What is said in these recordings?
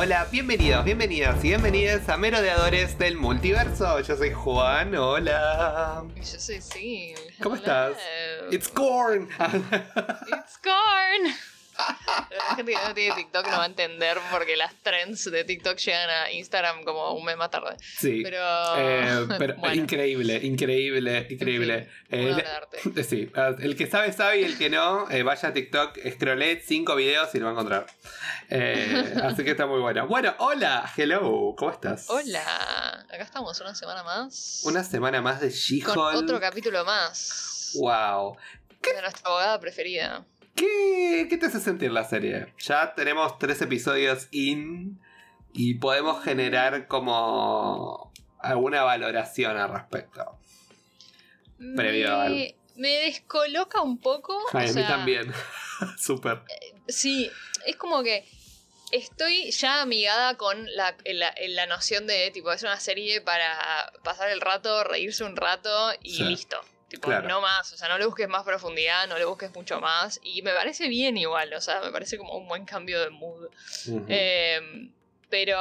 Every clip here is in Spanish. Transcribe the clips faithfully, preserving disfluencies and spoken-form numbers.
hola, bienvenidos, bienvenidas y bienvenidas a Merodeadores del Multiverso. Yo soy Juan, hola. Yo soy Sil. ¿Cómo Hello. estás? It's Corn. It's Corn. La gente que no tiene TikTok no va a entender porque las trends de TikTok llegan a Instagram como un mes más tarde. Sí, pero, eh, pero bueno. increíble, increíble, increíble. En fin, Eh, una obra de arte. sí, el que sabe, sabe y el que no, eh, vaya a TikTok, scrolle cinco videos y lo va a encontrar. Eh, así que está muy bueno. Bueno, hola, hello, ¿cómo estás? Hola, acá estamos una semana más. Una semana más de con She-Hulk. otro capítulo más. Wow. De nuestra abogada preferida. ¿Qué, ¿Qué te hace sentir la serie? Ya tenemos tres episodios in y podemos generar como alguna valoración al respecto. Previo al- Me, me descoloca un poco. Ay, o a mí sea, también. Súper. Sí, es como que estoy ya amigada con la, la, la noción de, tipo, es una serie para pasar el rato, reírse un rato y Sí. listo. Tipo, Claro. no más, o sea, no le busques más profundidad, no le busques mucho más. Y me parece bien igual, o sea, me parece como un buen cambio de mood. Ujú. Eh, pero...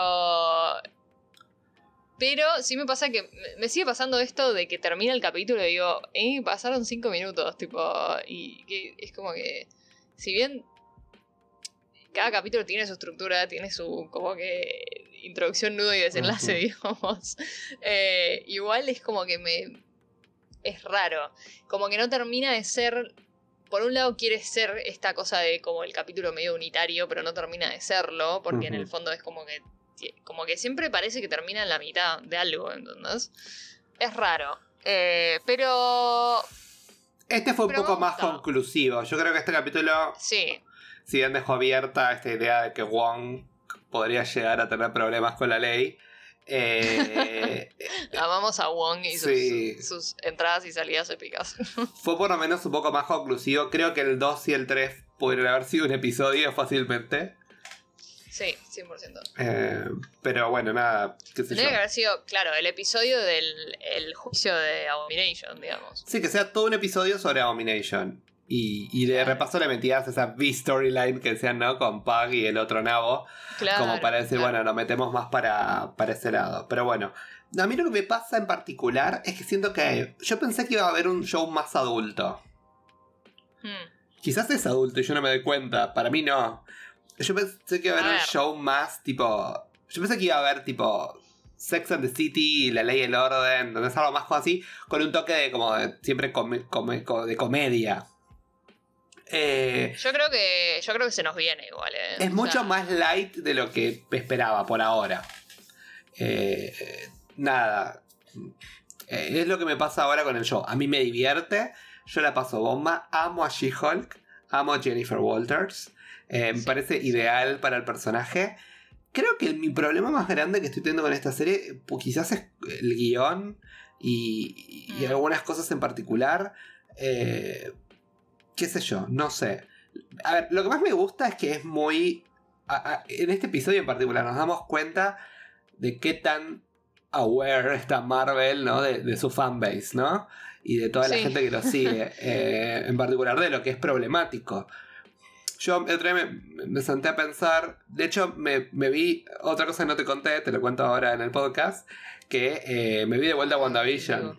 Pero sí me pasa que me- me sigue pasando esto de que termina el capítulo y digo, eh, pasaron cinco minutos, tipo, y que es como que, si bien cada capítulo tiene su estructura, tiene su como que introducción, nudo y desenlace, Ujú. digamos, eh, igual es como que me... es raro, como que no termina de ser... Por un lado quiere ser esta cosa de como el capítulo medio unitario, pero no termina de serlo, porque en Ujú. el fondo es como que como que siempre parece que termina en la mitad de algo, ¿entendés? Es raro. Eh, pero... Este fue un Pero poco me más gusta. conclusivo. Yo creo que este capítulo, Sí. si bien dejó abierta esta idea de que Wong podría llegar a tener problemas con la ley, eh, Amamos a Wong y sus, Sí. sus entradas y salidas épicas. fue por lo menos un poco más conclusivo. Creo que el dos y el tres pudieron haber sido un episodio fácilmente. Sí, cien por ciento. Eh, pero bueno, nada, qué sé yo. Tendría que haber sido, claro, el episodio del el juicio de Abomination, digamos. Sí, que sea todo un episodio sobre Abomination. Y, y de Claro. repaso le metías esa B-storyline que decían, ¿no? Con Pug y el otro nabo. Claro. Como para decir, claro. bueno, lo metemos más para, para ese lado. Pero bueno, a mí lo que me pasa en particular es que siento que yo pensé que iba a haber un show más adulto. Hmm. Quizás es adulto y yo no me doy cuenta. Para mí no. Yo pensé que iba a haber A un ver. show más tipo... Yo pensé que iba a haber tipo... Sex and the City, La Ley y el Orden, donde es algo más como así, con un toque de como de, siempre come- come- co- de comedia. Eh, Yo creo que yo creo que se nos viene igual, ¿eh? es O mucho sea, más light de lo que esperaba por ahora. Eh, nada. Eh, es lo que me pasa ahora con el show. A mí me divierte. Yo la paso bomba. Amo a She-Hulk. Amo a Jennifer Walters. Eh, me Sí, parece sí. ideal para el personaje. Creo que mi problema más grande que estoy teniendo con esta serie, pues quizás es el guión y, y Mm. algunas cosas en particular. Eh, qué sé yo, no sé. A ver, lo que más me gusta es que es muy... a- a- en este episodio en particular nos damos cuenta de qué tan aware está Marvel, ¿no? De, de su fanbase, ¿no? Y de toda la Sí. gente que lo sigue. eh, en particular de lo que es problemático. Yo el otro día me, me senté a pensar. De hecho, me, me vi. Otra cosa que no te conté, te lo cuento ahora en el podcast. Que eh, me vi de vuelta a WandaVision.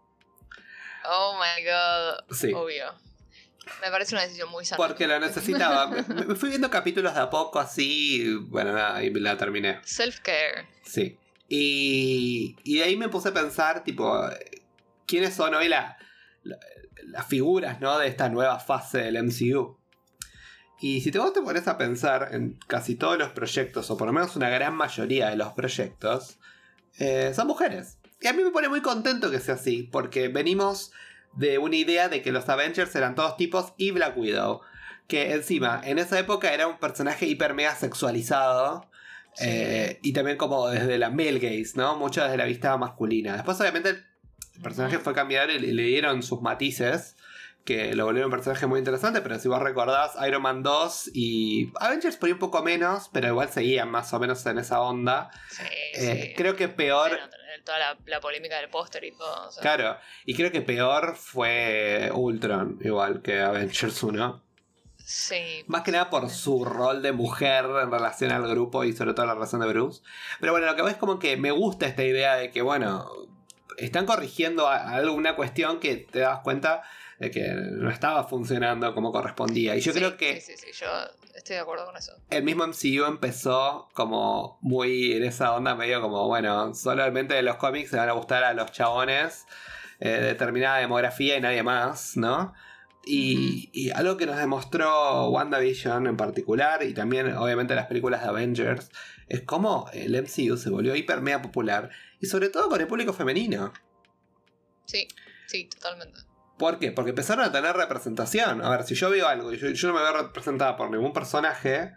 Oh my god. Sí. Obvio. Me parece una decisión muy sana. Porque lo necesitaba. Me, me fui viendo capítulos de a poco así. y Bueno, nada, y la terminé. Self-care. Sí. Y, y de ahí me puse a pensar, tipo, ¿quiénes son hoy la, la- las figuras, ¿no? De esta nueva fase del M C U? Y si te vos te pones a pensar en casi todos los proyectos, o por lo menos una gran mayoría de los proyectos, eh, son mujeres. Y a mí me pone muy contento que sea así, porque venimos de una idea de que los Avengers eran todos tipos y Black Widow. Que encima, en esa época era un personaje hiper mega sexualizado. Sí. Eh, y también como desde la male gaze, ¿no? Mucho desde la vista masculina. Después obviamente el personaje fue cambiado y le, le dieron sus matices, que lo volvieron un personaje muy interesante, pero si vos recordás, Iron Man dos y Avengers por ahí un poco menos, pero igual seguían más o menos en esa onda. Sí, Eh, sí. creo que peor... Bueno, tener toda la, la polémica del póster y todo. O sea. Claro, y creo que peor fue Ultron, igual que Avengers uno. Sí. Más que nada por su rol de mujer en relación al grupo y sobre todo la relación de Bruce. Pero bueno, lo que veo es como que me gusta esta idea de que, bueno, están corrigiendo alguna cuestión que te das cuenta de que no estaba funcionando como correspondía. Y yo sí, creo que... Sí, sí, sí, yo estoy de acuerdo con eso. El mismo M C U empezó como muy en esa onda, medio como, bueno, solamente los cómics se van a gustar a los chabones eh, de determinada demografía y nadie más, ¿no? Y, y algo que nos demostró WandaVision en particular, y también obviamente las películas de Avengers, es cómo el M C U se volvió hiper mega popular, y sobre todo con el público femenino. Sí, sí, totalmente. ¿Por qué? Porque empezaron a tener representación. A ver, si yo veo algo y yo, yo no me veo representada por ningún personaje,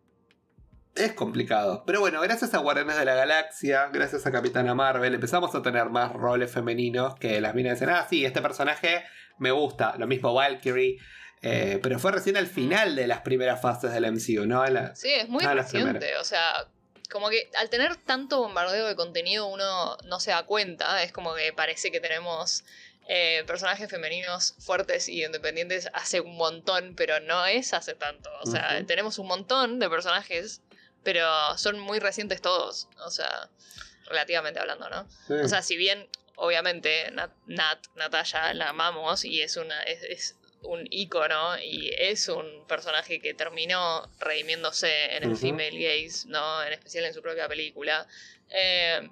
es complicado. Pero bueno, gracias a Guardianes de la Galaxia, gracias a Capitana Marvel, empezamos a tener más roles femeninos que las minas dicen, ah, sí, este personaje me gusta. Lo mismo Valkyrie. Eh, pero fue recién al final de las primeras fases del M C U, ¿no? La, sí, es muy no reciente. O sea, como que al tener tanto bombardeo de contenido uno no se da cuenta. Es como que parece que tenemos... Eh, personajes femeninos fuertes y independientes hace un montón, pero no es hace tanto. O sea, uh-huh. tenemos un montón de personajes, pero son muy recientes todos. O sea, relativamente hablando, ¿no? Sí. O sea, si bien, obviamente, Nat, Nat Natasha la amamos y es una es, es un ícono y es un personaje que terminó redimiéndose en el uh-huh. female gaze, ¿no? En especial en su propia película. Eh...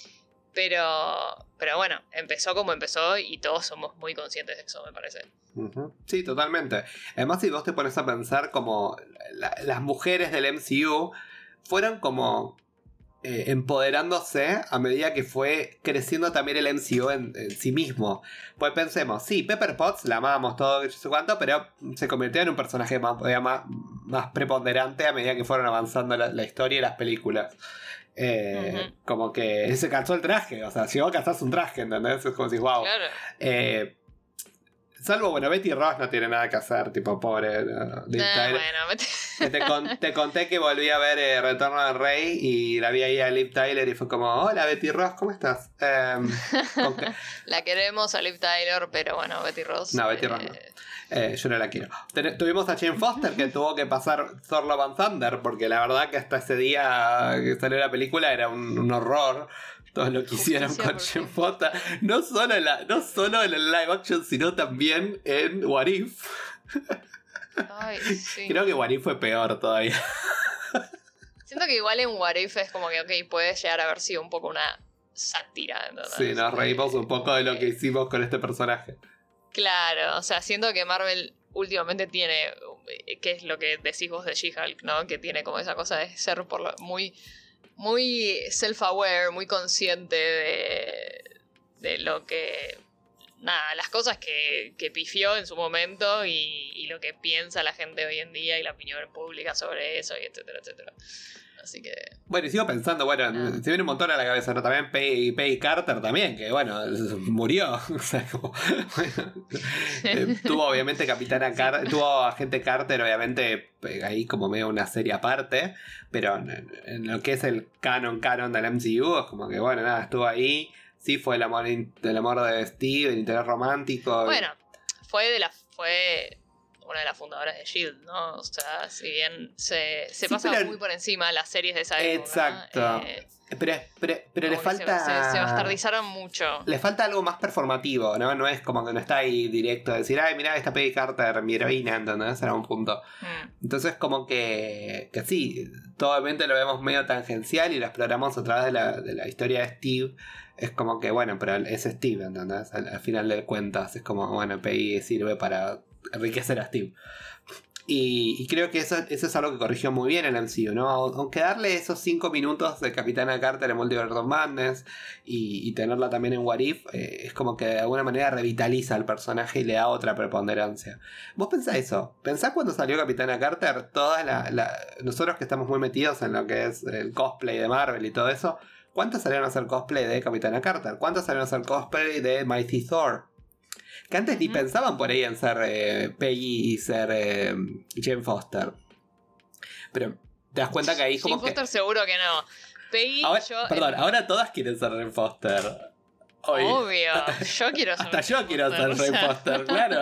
Pero, pero bueno, empezó como empezó y todos somos muy conscientes de eso, me parece. Uh-huh. Sí, totalmente. Además, si vos te pones a pensar como la, las mujeres del M C U fueron como eh, empoderándose a medida que fue creciendo también el M C U en, en sí mismo. Pues pensemos, sí, Pepper Potts la amamos todo, yo sé cuánto, pero se convirtió en un personaje más, más, más preponderante a medida que fueron avanzando la, la historia y las películas. Eh, uh-huh. Como que se calzó el traje, o sea, llegó a calzarse un traje, ¿entendés? Es como si, wow. Claro. Eh, salvo, bueno, Betty Ross no tiene nada que hacer, tipo, pobre. Uh, Liv nah, Tyler. Bueno, Betty... te, con, te conté que volví a ver eh, Retorno del Rey y la vi ahí a Liv Tyler y fue como, hola Betty Ross, ¿cómo estás? Eh, okay. La queremos a Liv Tyler, pero bueno, Betty Ross. No, Betty eh... Ross no. Eh, yo no la quiero. Ten- tuvimos a Jane Foster que tuvo que pasar Thor Love and Thunder porque la verdad que hasta ese día que salió la película era un, un horror todo lo que hicieron con Jane Foster, no solo, en la, no solo en el live action sino también en What If. Ay, sí. Creo que What If fue peor todavía. Siento que igual en What If es como que ok, puede llegar a haber sido un poco una sátira, ¿entendés? Sí, nos reímos un poco de lo que hicimos con este personaje. Claro, o sea, siento que Marvel últimamente tiene, que es lo que decís vos de She-Hulk, ¿no? Que tiene como esa cosa de ser por lo, muy, muy self-aware, muy consciente de, de lo que... Nada, las cosas que, que pifió en su momento y, y lo que piensa la gente hoy en día y la opinión pública sobre eso, y etcétera, etcétera. Así que... Bueno, y sigo pensando, bueno, ah. se viene un montón a la cabeza, ¿no? También Peggy, Peggy Carter también, que bueno, murió. O sea, como, bueno, eh, tuvo obviamente Capitana Carter, tuvo Agente Carter, obviamente ahí como medio una serie aparte, pero en, en lo que es el canon, canon del M C U, es como que bueno, nada, estuvo ahí, sí fue el amor, el amor de Steve, el interés romántico. Bueno, fue de la... fue... una de las fundadoras de S H I E L D, ¿no? O sea, si bien se, se sí, pasa pero... muy por encima las series de esa época. Exacto. Eh, pero pero, pero le falta... Se, se, se bastardizaron mucho. Le falta algo más performativo, ¿no? No es como que no está ahí directo a decir, ay, mirá, esta Peggy Carter, mi heroína, ¿entendés? Era un punto. Mm. Entonces como que, que sí, obviamente lo vemos medio tangencial y lo exploramos a través de la, de la historia de Steve. Es como que, bueno, pero es Steve, ¿entendés? Al, al final de cuentas es como, bueno, Peggy sirve para... enriquecer a Steve. Y, y creo que eso, eso es algo que corrigió muy bien el M C U, ¿no? Aunque darle esos cinco minutos de Capitana Carter en Multiverse of Madness y, y tenerla también en What If, eh, es como que de alguna manera revitaliza al personaje y le da otra preponderancia. ¿Vos pensás eso? ¿Pensás cuando salió Capitana Carter? Todas la, la, nosotros que estamos muy metidos en lo que es el cosplay de Marvel y todo eso, ¿cuántos salieron a hacer cosplay de Capitana Carter? ¿Cuántos salieron a hacer cosplay de Mighty Thor? Que antes ni mm. pensaban por ahí en ser eh, Peggy y ser eh, Jane Foster. Pero te das cuenta que ahí como Jane que... Foster seguro que no. Peggy, ahora, yo... Perdón, en... ahora todas quieren ser Jane Foster. Hoy, Obvio, yo quiero ser hasta yo quiero ser o Jane sea. Foster, claro.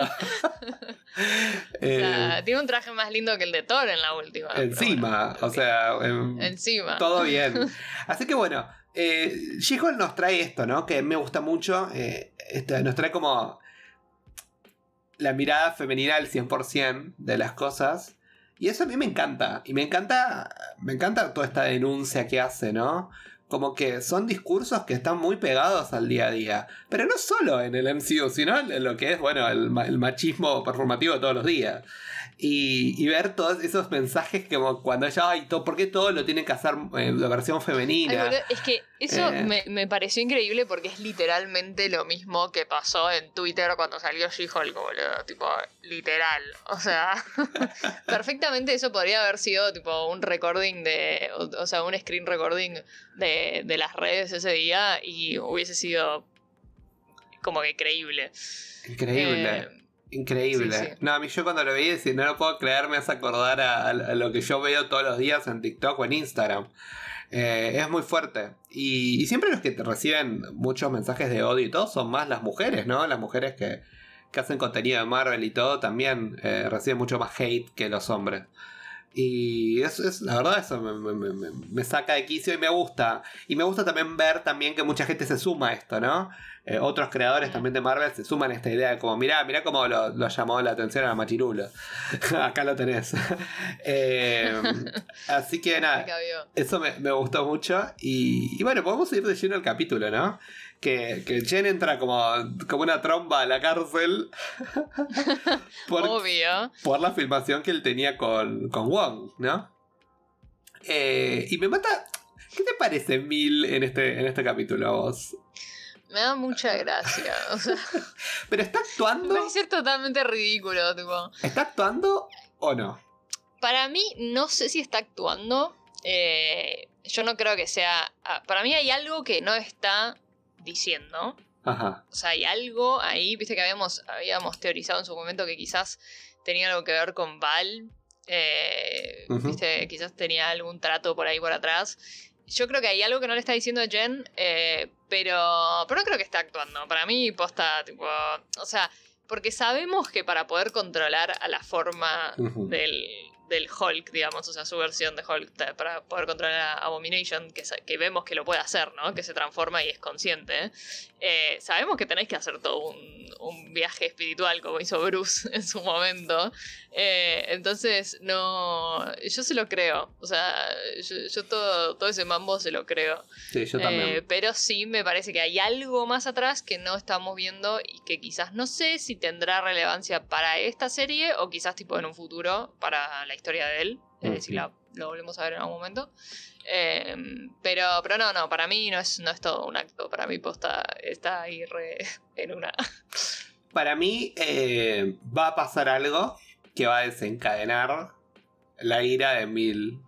O Eh, sea, tiene un traje más lindo que el de Thor en la última. pero encima, bueno, o sea, em, encima. todo bien. Así que bueno, eh, She-Hulk nos trae esto, ¿no? Que me gusta mucho. Eh, este, nos trae como la mirada femenina al cien por ciento de las cosas. Y eso a mí me encanta. Y me encanta, me encanta toda esta denuncia que hace, ¿no? Como que son discursos que están muy pegados al día a día. Pero no solo en el M C U, sino en lo que es, bueno, el, el machismo performativo de todos los días. Y, y ver todos esos mensajes como cuando ella, ay, todo, ¿por qué todo lo tienen que hacer en la versión femenina? Ay, boludo, es que eso Eh. me, me pareció increíble porque es literalmente lo mismo que pasó en Twitter cuando salió She-Hulk, boludo. Tipo, literal. O sea, perfectamente eso podría haber sido tipo un recording de. O, o sea, un screen recording de, de las redes ese día y hubiese sido como que creíble. Increíble. Eh, Increíble. sí, sí. No, a mí yo cuando lo veía decía, no lo puedo creer, me hace acordar a, a lo que yo veo todos los días en TikTok o en Instagram. Eh, es muy fuerte. Y, y siempre los que te reciben muchos mensajes de odio y todo son más las mujeres, ¿no? Las mujeres que, que hacen contenido de Marvel y todo también eh, reciben mucho más hate que los hombres. Y eso es, la verdad, eso me, me, me, me saca de quicio y me gusta. Y me gusta también ver también que mucha gente se suma a esto, ¿no? Eh, otros creadores también de Marvel se suman a esta idea de como, mirá, mirá cómo lo, lo llamó la atención a la Machirulo. Acá lo tenés. eh, así que nada, eso me, me gustó mucho. Y, y bueno, podemos ir de lleno al capítulo, ¿no? Que, que Jen entra como, como una tromba a la cárcel por, Obvio. por la filmación que él tenía con, con Wong, ¿no? Eh, y me mata. ¿Qué te parece Mil en este, en este capítulo a vos? Me da mucha gracia. O sea, Pero está me actuando. parece totalmente ridículo, tipo. ¿Está actuando o no? Para mí, no sé si está actuando. Eh, yo no creo que sea. ah, Para mí hay algo que no está diciendo. Ajá. O sea, hay algo ahí, viste que habíamos, habíamos teorizado en su momento que quizás tenía algo que ver con Val. Eh, Ujú. Viste, quizás tenía algún trato por ahí por atrás. Yo creo que hay algo que no le está diciendo a Jen, eh, pero, pero no creo que esté actuando. Para mí, posta, tipo. O sea, porque sabemos que para poder controlar a la forma Ujú. del, del Hulk, digamos, o sea, su versión de Hulk, ta- para poder controlar a Abomination, que, sa- que vemos que lo puede hacer, ¿no? Que se transforma y es consciente. Eh, sabemos que tenéis que hacer todo un, un viaje espiritual, como hizo Bruce en su momento. Eh, entonces, no. Yo se lo creo. O sea, yo, yo todo, todo ese mambo se lo creo. Sí, yo también. Eh, pero sí me parece que hay algo más atrás que no estamos viendo y que quizás no sé si tendrá relevancia para esta serie o quizás tipo en un futuro para la historia de él, eh, Ujú. si la, lo volvemos a ver en algún momento. Eh, pero, pero no, no, para mí no es, no es todo un acto, para mí posta está ahí re en una. Para mí eh, va a pasar algo que va a desencadenar la ira de Mil.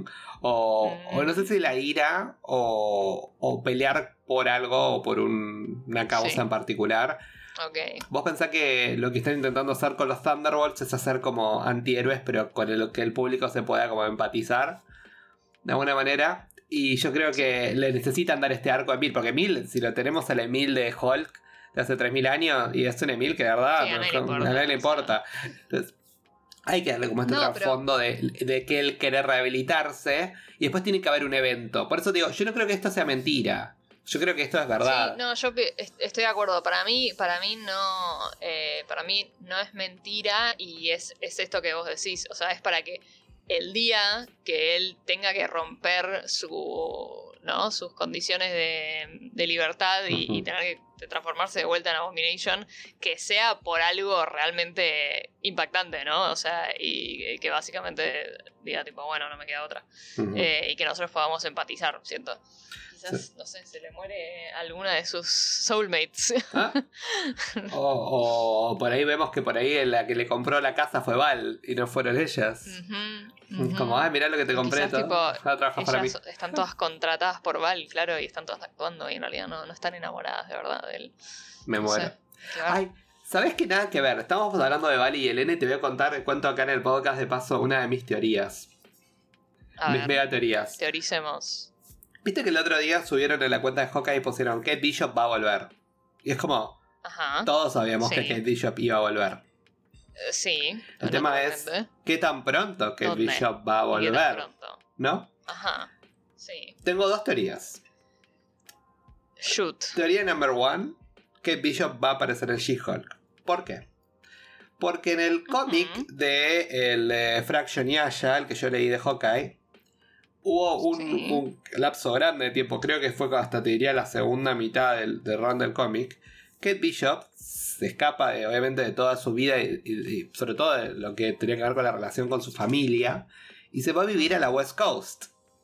o, Mm. o no sé si la ira o, o pelear por algo o por un- una causa Sí. en particular. Ok. Vos pensás que lo que están intentando hacer con los Thunderbolts es hacer como antihéroes, pero con el que el público se pueda como empatizar de alguna manera. Y yo creo que le necesitan dar este arco a Emil, porque Emil, si lo tenemos al Emil de Hulk de hace tres mil años, y es un Emil que de verdad Sí, a nadie no- le importa, a nadie le o importa. Entonces, hay que darle como este No, pero- trasfondo de, de que él quiere rehabilitarse, y después tiene que haber un evento. Por eso digo, yo no creo que esto sea mentira. Yo creo que esto es verdad. Sí, no, yo pi- est- estoy de acuerdo. Para mí, para mí no, eh, para mí no es mentira y es, es esto que vos decís. O sea, es para que el día que él tenga que romper su, ¿no? sus condiciones de, de libertad y, Ujú. y tener que de transformarse de vuelta en Abomination, que sea por algo realmente impactante, ¿no? O sea, y que básicamente diga tipo, bueno, no me queda otra. Ujú. Eh, y que nosotros podamos empatizar, siento. Quizás, no sé, se le muere alguna de sus soulmates. ¿Ah? o, o- o por ahí vemos que por ahí la que le compró la casa fue Val y no fueron ellas. Ujú, ujú. Como, ah, mirá lo que te Y compré. quizás, Todo. tipo, Ahora trabajas para mí. Ellas están todas contratadas por Val, claro, y están todas actuando y en realidad no, no están enamoradas de verdad de él. Me No muero. sé, qué va. Ay, ¿sabés que nada que ver? Estamos hablando de Val y Elena y te voy a contar, cuento acá en el podcast de paso una de mis teorías. A mis ver, mega teorías. teoricemos. Viste que el otro día subieron en la cuenta de Hawkeye y pusieron que Bishop va a volver. Y es como, Ajá. todos sabíamos Sí. que Kate Bishop iba a volver. Eh, sí. El tema es, totalmente. ¿qué tan pronto Kate ¿Dónde? Bishop va a ¿Y qué tan volver? pronto? ¿No? Ajá. Sí. Tengo dos teorías. Shoot. Teoría number one, Kate Bishop va a aparecer en She-Hulk. ¿Por qué? Porque en el cómic Ujú. de el, eh, Fraction Yasha, el que yo leí de Hawkeye, hubo un, Sí. un lapso grande de tiempo, creo que fue hasta te diría la segunda mitad del, del run del cómic. Kate Bishop se escapa de, obviamente de toda su vida y, y- y sobre todo de lo que tenía que ver con la relación con su familia y se va a vivir a la West Coast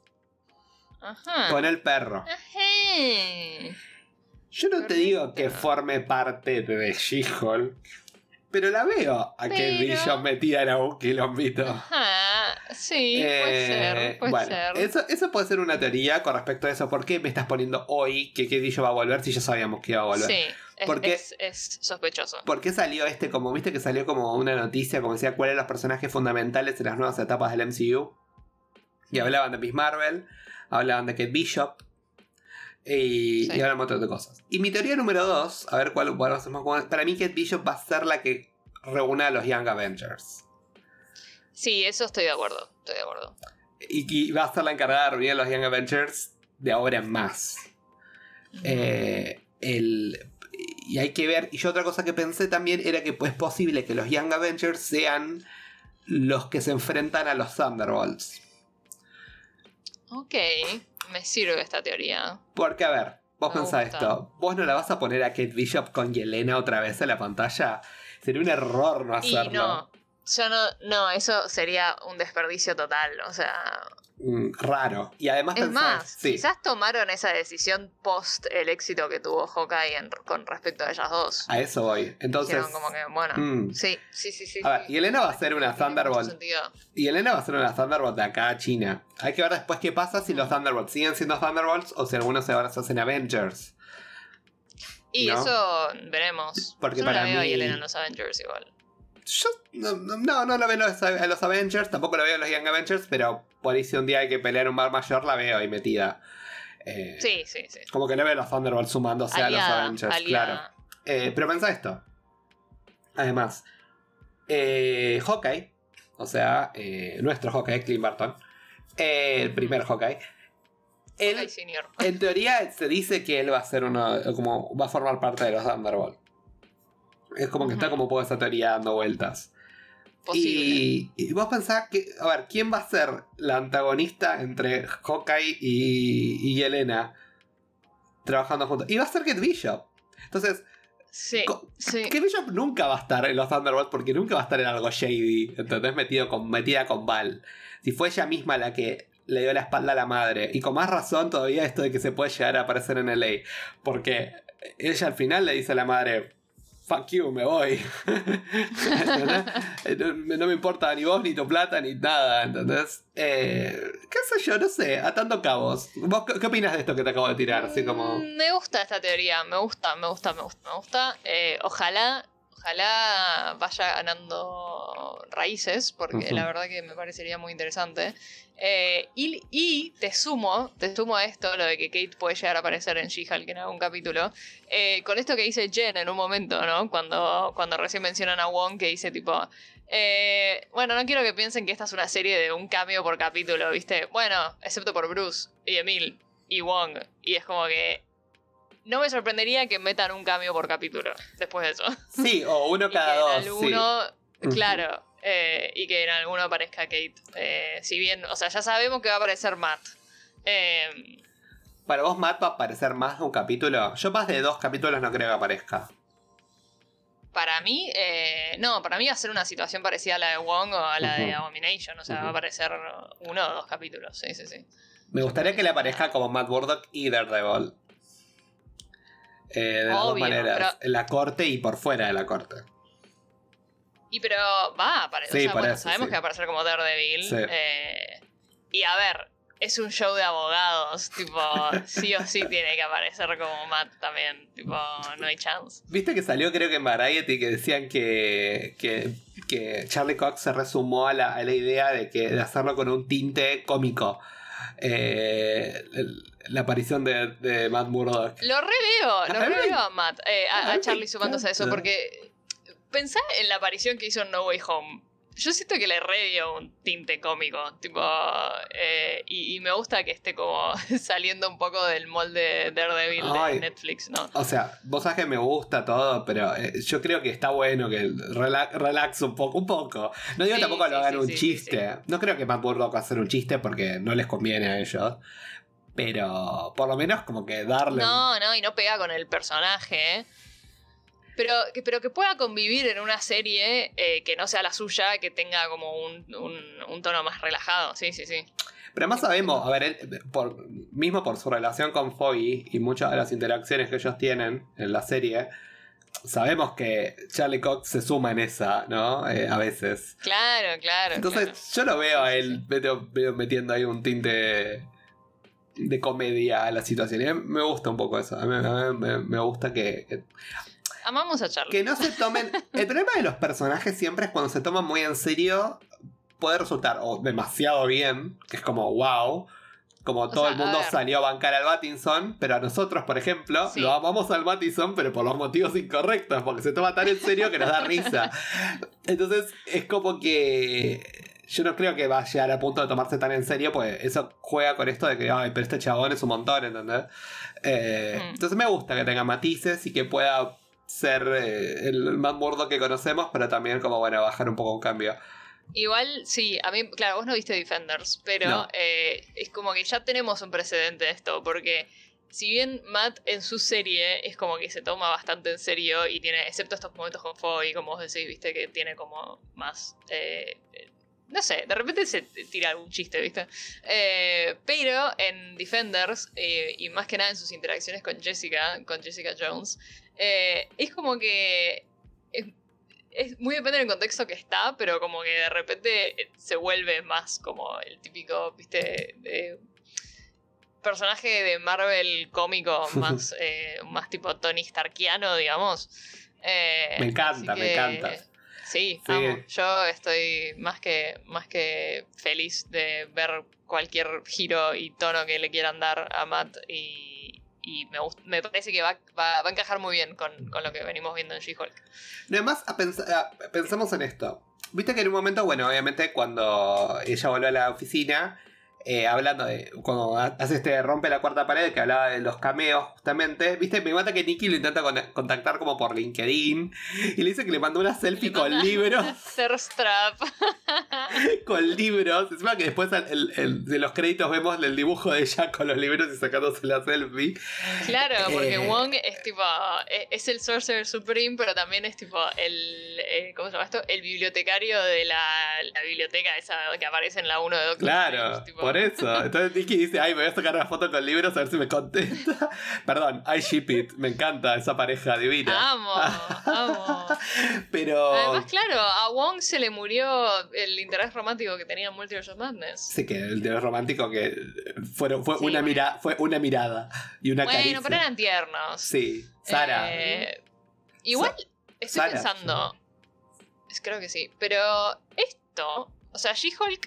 Ajá. con el perro. Ajá. Yo no te digo que Correcto. forme parte de She-Hulk, pero la veo a Kate Pero- Bishop metida en un quilombito. Ajá. Sí, puede Eh, ser. Puede bueno, ser. Eso, eso puede ser una teoría con respecto a eso. ¿Por qué me estás poniendo hoy que Kate Bishop va a volver si ya sabíamos que iba a volver? Sí. Es, Porque- es, es sospechoso. ¿Por qué salió este, como viste que salió como una noticia, como decía, cuáles eran los personajes fundamentales en las nuevas etapas del M C U? Y hablaban de Miss Marvel, hablaban de Kate Bishop, y, Sí. y hablan un montón de cosas. Y mi teoría número dos, a ver cuál, cuál hacemos con- para mí Kate Bishop va a ser la que reúna a los Young Avengers. Sí, eso estoy de acuerdo. Estoy de acuerdo. Y, y va a ser la encargada de reunir a los Young Avengers de ahora en más. Eh, el, y hay que ver. Y yo otra cosa que pensé también era que es posible que los Young Avengers sean los que se enfrentan a los Thunderbolts. Ok, me sirve esta teoría. Porque, a ver, vos Me pensás gusta. esto. ¿Vos no la vas a poner a Kate Bishop con Yelena otra vez en la pantalla? Sería un error no Y hacerlo. no, yo no, no, eso sería un desperdicio total, o sea... Mm, raro. Y además Es pensás- más, sí. quizás tomaron esa decisión post el éxito que tuvo Hawkeye en- con respecto a ellas dos. A eso voy. Entonces. Dijeron como que, bueno, mm. sí, sí, sí, sí. A ver, sí. Yelena va a ser una Tiene mucho Thunderbolt. sentido. Y Elena va a ser una Thunderbolt de acá a China. Hay que ver después qué pasa si los Thunderbolts siguen siendo Thunderbolts o si algunos ahora se hacen Avengers. Y ¿No? eso veremos. Porque Yo no para la veo a mí- Yelena en los Avengers igual. Yo no, no, no, no lo veo en los, en los Avengers, tampoco lo veo en los Young Avengers, pero por ahí si un día hay que pelear un bar mayor la veo ahí metida. Eh, Sí, sí, sí. Como que no veo a los Thunderbolts sumándose a los Aliada, Avengers, aliada. claro. Eh, pero pensá esto. Además, eh, Hawkeye, o sea, eh, nuestro Hawkeye, Clint Barton, eh, el primer Hawkeye, él, Hawkeye Senior. en teoría se dice que él va a ser uno, como va a formar parte de los Thunderbolts. Es como que está Ujú. como poco esa teoría dando vueltas. Posible. Y, y vos pensás que, a ver, ¿quién va a ser la antagonista entre Hawkeye y, y Yelena trabajando juntos? Y va a ser Kate Bishop. Entonces, Sí, co- sí. Kate Bishop nunca va a estar en los Thunderbolts porque nunca va a estar en algo shady, ¿entendés? Metido con, metida con Val. Si fue ella misma la que le dio la espalda a la madre. Y con más razón todavía esto de que se puede llegar a aparecer en L A. Porque ella al final le dice a la madre... Fuck you, me voy. no, no me importa ni vos, ni tu plata, ni nada, ¿entendés? Eh, ¿Qué sé yo? No sé, atando cabos. ¿Vos qué, qué opinas de esto que te acabo de tirar? Así como... Mm, Me gusta esta teoría, me gusta, me gusta, me gusta, me gusta. Eh, ojalá, ojalá vaya ganando raíces, porque Ujú. la verdad que me parecería muy interesante. Eh, y, y te sumo, te sumo a esto, lo de que Kate puede llegar a aparecer en She-Hulk en algún capítulo, eh, con esto que dice Jen en un momento, ¿no? Cuando, cuando recién mencionan a Wong, que dice tipo... Eh, bueno, no quiero que piensen que esta es una serie de un cameo por capítulo, ¿viste? Bueno, excepto por Bruce y Emil y Wong. Y es como que no me sorprendería que metan un cameo por capítulo después de eso. Sí, o uno Y cada que dos. en alguno, sí. Ujú. claro, eh, y que en alguno aparezca Kate. Eh, si bien, o sea, ya sabemos que va a aparecer Matt. Eh, ¿Para vos Matt va a aparecer más de un capítulo? Yo más de dos capítulos no creo que aparezca. para mí, eh, no, para mí va a ser una situación parecida a la de Wong o a la de Ujú. Abomination. O sea, Ujú. va a aparecer uno o dos capítulos. Sí, sí, sí. Me gustaría que le aparezca como Matt Murdock y Daredevil. Eh, de las dos Obvio, maneras. pero- En la corte y por fuera de la corte. Y pero va a aparecer. Sí, o sea, por bueno, eso, sabemos sí. que va a aparecer como Daredevil. Sí. eh, y a ver, es un show de abogados. Tipo, sí o sí tiene que aparecer como Matt también. Tipo, no hay chance. Viste que salió creo que en Variety que decían que, que, que Charlie Cox se resumó a la, a la idea de, que, de hacerlo con un tinte cómico. eh, el, la aparición de, de Matt Murdock. Lo reveo, lo A mí- reveo a Matt, eh, a, a a mí Charlie me sumándose a eso, encanta. porque pensá en la aparición que hizo en No Way Home. Yo siento que le reveo un tinte cómico, tipo, eh, y, y me gusta que esté como saliendo un poco del molde Daredevil Ay. de Netflix, ¿no? O sea, vos sabés que me gusta todo, pero eh, yo creo que está bueno que rela relax un poco, un poco. No digo Sí, tampoco sí, lo hagan sí, un sí, chiste. sí, No creo que Matt Murdock va a hacer un chiste porque no les conviene a ellos. Pero por lo menos como que darle... No, no, y no pega con el personaje, ¿eh? Pero que, pero que pueda convivir en una serie eh, que no sea la suya, que tenga como un, un, un tono más relajado, sí, sí, sí. Pero además sabemos, a ver, él, por, mismo por su relación con Foggy y muchas de las interacciones que ellos tienen en la serie, sabemos que Charlie Cox se suma en esa, ¿no? Eh, a veces. Claro, claro. Entonces claro. yo lo veo Sí, a sí, él sí. medio- medio metiendo ahí un tinte de comedia a la situación. Y a mí me gusta un poco eso. A mí, a mí me, me gusta que, que, Amamos a Charlie. que no se tomen... El problema de los personajes siempre es cuando se toman muy en serio, puede resultar o demasiado bien, que es como wow, como O todo sea, el mundo a ver. salió a bancar al Pattinson, pero a nosotros, por ejemplo, Sí. lo amamos al Pattinson, pero por los motivos incorrectos, porque se toma tan en serio que nos da risa. Entonces es como que yo no creo que va a llegar a punto de tomarse tan en serio, pues eso juega con esto de que, ay, pero este chabón es un montón, ¿entendés? Eh, Mm. Entonces me gusta que tenga matices y que pueda ser eh, el Matt Murdock que conocemos, pero también como, bueno, bajar un poco un cambio. Igual, sí, a mí, claro, vos no viste Defenders, pero No. eh, es como que ya tenemos un precedente de esto, porque si bien Matt en su serie es como que se toma bastante en serio y tiene, excepto estos momentos con Foggy, como vos decís, viste, que tiene como más... eh, eh, no sé, de repente se tira algún chiste, ¿viste? Eh, pero en Defenders, eh, y más que nada en sus interacciones con Jessica, con Jessica Jones, eh, es como que... Es, es muy depende del contexto que está, pero como que de repente se vuelve más como el típico, ¿viste? De personaje de Marvel cómico, más, eh, más tipo Tony Starkiano, digamos. Eh, Me encanta, así me que- encanta. Sí, Sí. amo. Yo estoy más que, más que feliz de ver cualquier giro y tono que le quieran dar a Matt y, y me, gust- me parece que va, va, va a encajar muy bien con, con lo que venimos viendo en She-Hulk. Además, a pens- a- pensamos en esto. Viste que en un momento, bueno, obviamente cuando ella volvió a la oficina, eh, hablando de, cuando hace este rompe la cuarta pared, que hablaba de los cameos justamente, viste, me mata que Nikki lo intenta con- contactar como por LinkedIn y le dice que le mandó una selfie Le con manda- libros, Thirst Trap. con libros. Encima que después el- el- el- de los créditos vemos el dibujo de ella con los libros y sacándose la selfie. Claro, porque Eh. Wong es tipo. Es, es el Sorcerer Supreme, pero también es tipo el. eh, ¿Cómo se llama esto? El bibliotecario de la, la biblioteca esa que aparece en la uno de Doctor Claro, Strange, tipo. por eso. Entonces Nikki dice, ay, me voy a sacar una foto con libros a ver si me contesta. Perdón, I ship it. Me encanta esa pareja divina. Amo, amo. Pero... Además, claro, a Wong se le murió el interés romántico que tenía en Multiverse of Madness. Sí, que el de romántico que fueron, fue, Sí, una bueno. mira, fue una mirada y una Bueno, caricia. pero eran tiernos. Sí, Sara. Eh, igual estoy Sara. pensando. es- Creo que sí. Pero esto. O sea, She-Hulk.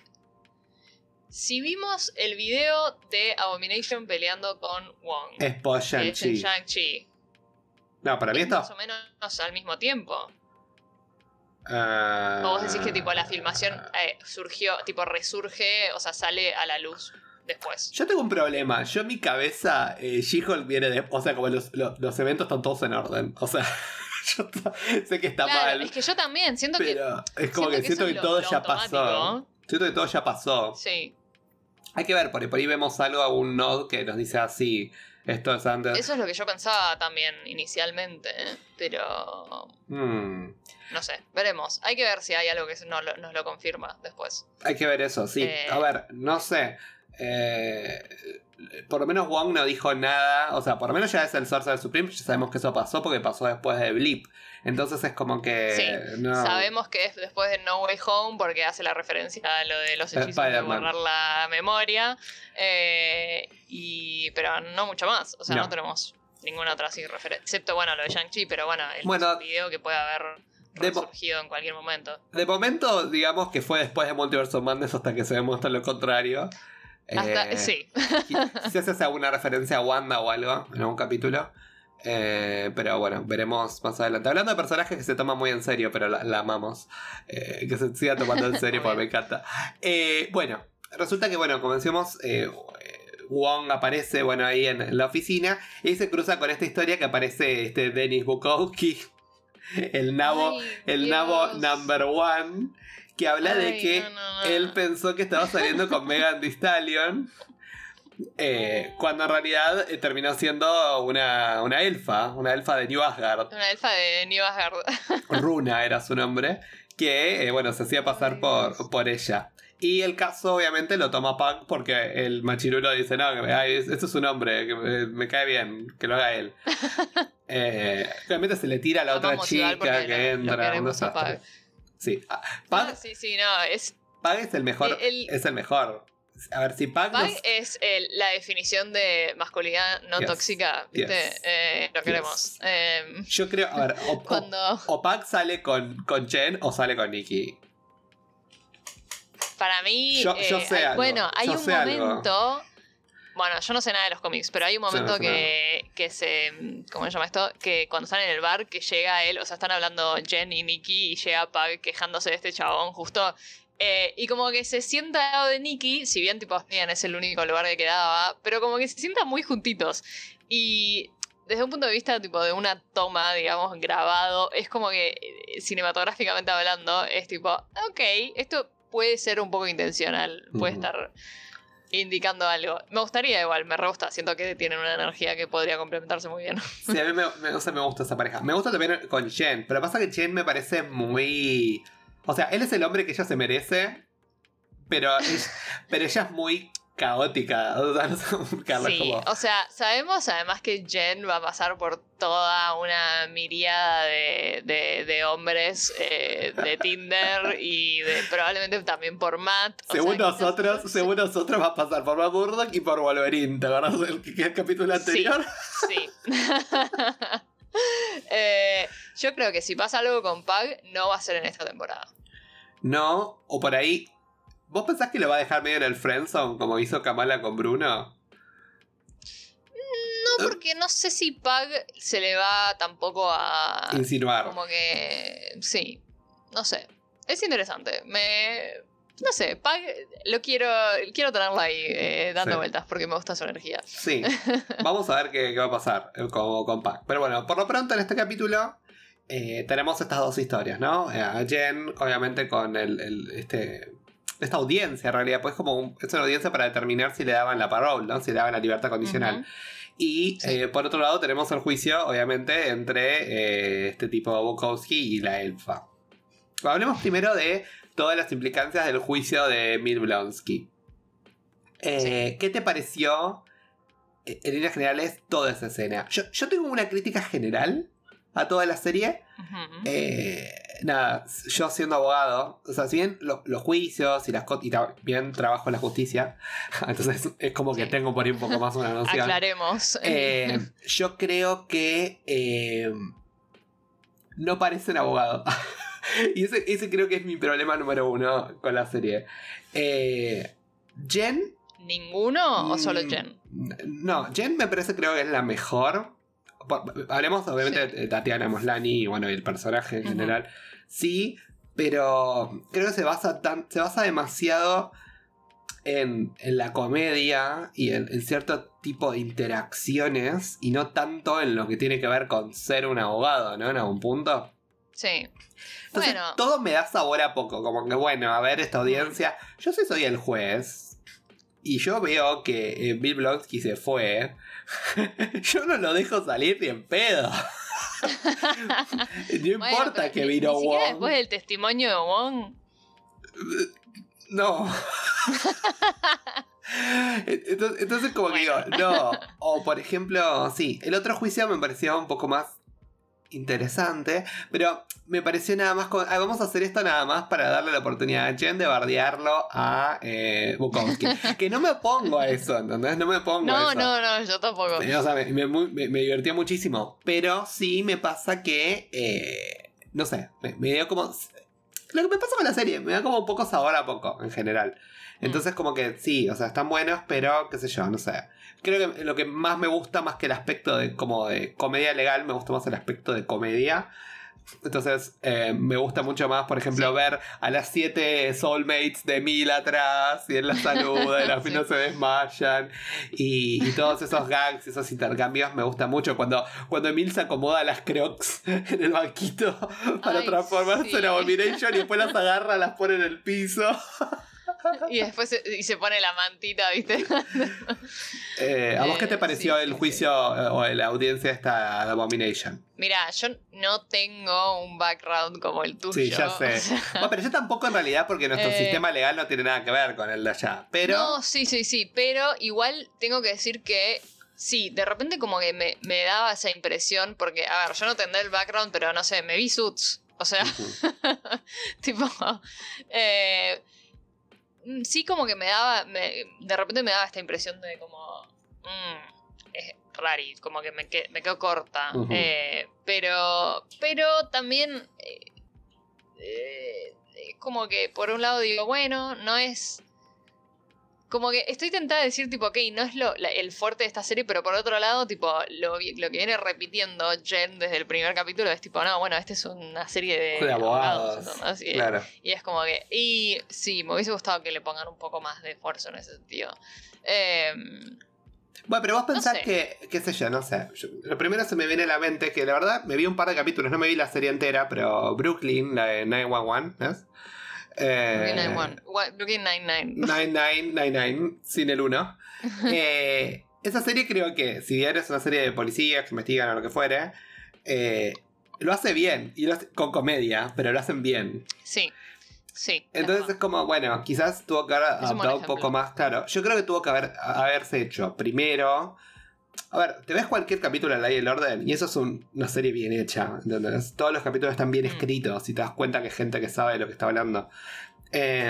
Si vimos el video de Abomination peleando con Wong. Es por que es en Shang-Chi. Shang-Chi. No, para mí es esto... más o menos al mismo tiempo. ah, O vos decís que tipo la filmación eh, surgió, tipo resurge, o sea, sale a la luz después. Yo tengo un problema. Yo en mi cabeza, eh, She-Hulk viene de... O sea, como los, los, los eventos están todos en orden. O sea, yo t- sé que está Claro, mal. es que yo también siento que. Pero es como que siento eso que es lo- todo lo ya pasó. automático. Siento que todo ya pasó. Sí. Hay que ver, por ahí, por ahí vemos algo, algún nod que nos dice así. Esto es antes. Eso es lo que yo pensaba también inicialmente, ¿eh? Pero Hmm, no sé, veremos. Hay que ver si hay algo que no lo- nos lo confirma después. Hay que ver eso, sí. Eh. A ver, no sé. Eh, por lo menos Wong no dijo nada. O sea, por lo menos ya es el Sorcerer Supreme. Ya sabemos que eso pasó porque pasó después de Blip. Entonces es como que. Sí, no. sabemos que es después de No Way Home porque hace la referencia a lo de los hechizos de Spider-Man. borrar la memoria. eh, y pero no mucho más. O sea, no, No. tenemos ninguna otra así referencia. Excepto, bueno, lo de Shang-Chi, pero bueno, el Bueno, video que puede haber de mo- resurgido en cualquier momento. De momento, digamos que fue después de Multiverse of Madness hasta que se demuestra lo contrario. Hasta, Eh, sí. Si haces alguna referencia a Wanda o algo en algún capítulo. Eh, pero bueno, veremos más adelante. Hablando de personajes que se toman muy en serio, pero la, la amamos. Eh, que se siga tomando en serio porque me encanta. Eh, bueno, resulta que, bueno, como decíamos, eh, Wong aparece, bueno, ahí en, en la oficina y se cruza con esta historia que aparece este Dennis Bukowski, el nabo, Ay, el Dios. nabo number one, que habla Ay, de que no, no, no. él pensó que estaba saliendo con Megan Thee Stallion. Eh, cuando en realidad eh, terminó siendo una, una elfa, una elfa de New Asgard. Una elfa de New Asgard. Runa era su nombre, que eh, bueno, se hacía pasar Ay, por, Dios. por ella. Y el caso obviamente lo toma Puck porque el machirulo dice, no, que, ay, esto es un hombre, que me, me cae bien, que lo haga él. eh, obviamente se le tira a la Lo otra amamos igual chica porque que lo- lo entra. un queremos a desastre. Puck. Sí, ah, Puck, Ah, sí, sí, no, es... Puck es el mejor, El- es el mejor. A ver, si Puck Puck nos- es el- la definición de masculinidad no Yes, tóxica, ¿viste? yes, Eh, lo yes. queremos. Eh, Yo creo, a ver, o, o- cuando... o Puck sale con, con Jen o sale con Nikki. Para mí... Yo- yo eh, sé hay- algo, bueno, hay yo un sé algo. momento... Bueno, yo no sé nada de los cómics, pero hay un Yo no momento sé que, que se... ¿Cómo se llama esto? Que cuando están en el bar, que llega él, o sea, están hablando Jen y Nikki y llega Pug quejándose de este chabón justo... Eh, y como que se sienta al lado de Nikki, si bien tipo bien, es el único lugar que quedaba, pero como que se sientan muy juntitos. Y desde un punto de vista tipo de una toma, digamos, grabado, es como que eh, cinematográficamente hablando, es tipo, ok, esto puede ser un poco intencional, puede Ujú. estar indicando algo. Me gustaría igual, me re gusta, siento que tienen una energía que podría complementarse muy bien. Sí, a mí me, me, o sea, me gusta esa pareja. Me gusta también con Jen, pero pasa que Jen me parece muy... O sea, él es el hombre que ella se merece, pero, es- pero ella es muy caótica. O sea, no sé cómo explicarlo, Sí, como... o sea, sabemos además que Jen va a pasar por toda una miriada de, de, de hombres eh, de Tinder y de, probablemente también por Matt. O Según sea, quizás- nosotros, según nosotros va a pasar por Matt Murdock y por Wolverine, ¿te acuerdas del que- que el capítulo anterior? Sí. Eh, yo creo que si pasa algo con Pug, no va a ser en esta temporada. No, o por ahí... ¿Vos pensás que lo va a dejar medio en el friendzone como hizo Kamala con Bruno? No, porque no sé si Pug se le va tampoco a... Insinuar. Como que... Sí, no sé. Es interesante. Me... No sé, Pug lo quiero... Quiero tenerlo ahí eh, dando Sí. vueltas porque me gusta su energía. Sí, vamos a ver qué, qué va a pasar eh, con, con Puck. Pero bueno, por lo pronto en este capítulo eh, tenemos estas dos historias, ¿no? Eh, a Jen, obviamente, con el, el- este, esta audiencia, en realidad, pues como un- es una audiencia para determinar si le daban la parole, ¿no? Si le daban la libertad condicional. Ujú. Y Sí. eh, por otro lado tenemos el juicio, obviamente, entre eh, este tipo Bukowski y la elfa. Hablemos primero de todas las implicancias del juicio de Emil Blonsky. Eh, ¿Qué te pareció, eh, en líneas generales, toda esa escena? Yo, yo tengo una crítica general a toda la serie. Ujú. Eh, nada, yo siendo abogado, o sea, si bien lo- los juicios y las cosas, y ta- bien trabajo en la justicia, entonces es como que Sí. tengo por ahí un poco más una noción. Aclaremos. Eh, yo creo que eh, no parecen abogados. Y ese, ese creo que es mi problema número uno con la serie. Eh, Jen. ¿Ninguno o solo mm, Jen? No, Jen me parece, creo que es la mejor. Por- Hablemos obviamente Sí. de Tatiana Maslany y bueno, el personaje en Ujú. general. Sí, pero creo que se basa, tan, se basa demasiado en, en la comedia y en, en cierto tipo de interacciones y no tanto en lo que tiene que ver con ser un abogado, ¿no? En algún punto. Sí. Entonces, Bueno. todo me da sabor a poco. Como que, bueno, a ver esta audiencia. Yo sí soy el juez. Y yo veo que eh, Bill Blonsky se fue. Yo no lo dejo salir ni en pedo. No Bueno, importa pero que ni- vino ni siquiera Wong. después del testimonio de Wong. No. Entonces, entonces como que digo, no. O por ejemplo, sí, el otro juicio me pareció un poco más interesante, pero me pareció nada más como, "Ah, vamos a hacer esto nada más para darle la oportunidad a Jen de bardearlo a eh, Bukowski". Que no me opongo a eso, ¿entendés? No me opongo a No, eso. no, no, yo tampoco. Eh, O sea, me, me, muy- me- me divirtió muchísimo. Pero sí me pasa que. eh, no sé, me, me dio como. Lo que me pasa con la serie, me da como un poco sabor a poco en general. Entonces como que sí, o sea, están buenos, pero qué sé yo, no sé. Creo que lo que más me gusta, más que el aspecto de como de comedia legal, me gusta más el aspecto de comedia. Entonces eh, me gusta mucho más, por ejemplo, sí. ver a las siete soulmates de Mil atrás y él la saluda y al final sí. se desmayan y, y todos esos gags, esos intercambios me gusta mucho cuando, cuando Emil se acomoda las crocs en el banquito para Ay, transformarse sí. en Abomination y después las agarra, las pone en el piso. Y después se, y se pone la mantita, ¿viste? eh, ¿A vos qué te pareció sí, el sí, juicio sí. o la audiencia esta de Abomination? Mira, yo no tengo un background como el tuyo. Sí, ya sé. O sea, bueno, pero yo tampoco en realidad porque nuestro eh, sistema legal no tiene nada que ver con el de allá. Pero... No, sí, sí, sí. Pero igual tengo que decir que sí, de repente como que me, me daba esa impresión porque, a ver, yo no tendré el background, pero no sé, me vi Suits. O sea, uh-huh. tipo... Eh, sí, como que me daba, me, de repente me daba esta impresión de como, mmm, es rari, como que me, que, me quedo corta. Uh-huh. eh, pero, pero también, eh, eh, como que por un lado digo, bueno, no es, como que estoy tentada de decir, tipo, ok, no es lo, la, el fuerte de esta serie, pero por otro lado, tipo, lo, lo que viene repitiendo Jen desde el primer capítulo es tipo, no, bueno, esta es una serie de, de abogados. abogados y, claro. y es como que, y sí, me hubiese gustado que le pongan un poco más de esfuerzo en ese sentido. Eh, bueno, pero vos pensás no sé. que, qué sé yo, no sé. Yo, lo primero se me viene a la mente que la verdad me vi un par de capítulos, no me vi la serie entera, pero Brooklyn, la de nueve uno uno, ¿ves? Eh, Brooklyn Nine-Nine. Nine-Nine, sin el uno. eh, esa serie creo que, si bien es una serie de policías que investigan o lo que fuere, eh, lo hace bien, y lo hace con comedia, pero lo hacen bien. Sí, sí. Entonces es como, bueno, quizás tuvo que haber adaptado un poco más, claro. Yo creo que tuvo que haber, haberse hecho primero... A ver, te ves cualquier capítulo de La Ley y el Orden y eso es un, una serie bien hecha, ¿entendés? Todos los capítulos están bien escritos y te das cuenta que hay gente que sabe de lo que está hablando. Eh,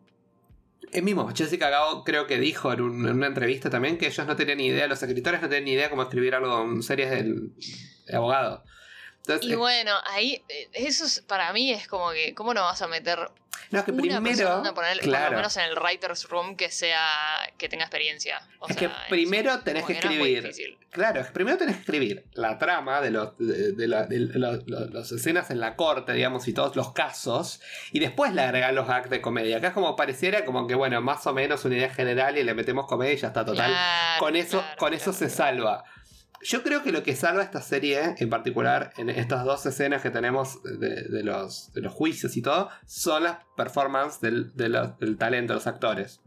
el mismo, Jessica Gao creo que dijo en, un, en una entrevista también que ellos no tenían ni idea, los escritores no tenían ni idea cómo escribir algo en series del, de abogado. Entonces, y bueno, ahí, eso es, para mí es como que, ¿cómo no vas a meter... No, es que una primero, poner, claro. por lo menos en el writer's room que sea que tenga experiencia? O es sea, que primero es, tenés que que escribir. No claro, es que primero tenés que escribir la trama de los de, de, la, de los, los, los escenas en la corte, digamos, y todos los casos, y después le agregan los acts de comedia. Acá es como pareciera como que, bueno, más o menos una idea general y le metemos comedia y ya está total. Claro, con eso, claro, con claro, eso claro. se salva. Yo creo que lo que salva esta serie, en particular, en estas dos escenas que tenemos de, de, los, de los juicios y todo, son las performances del, de los, del talento de los actores.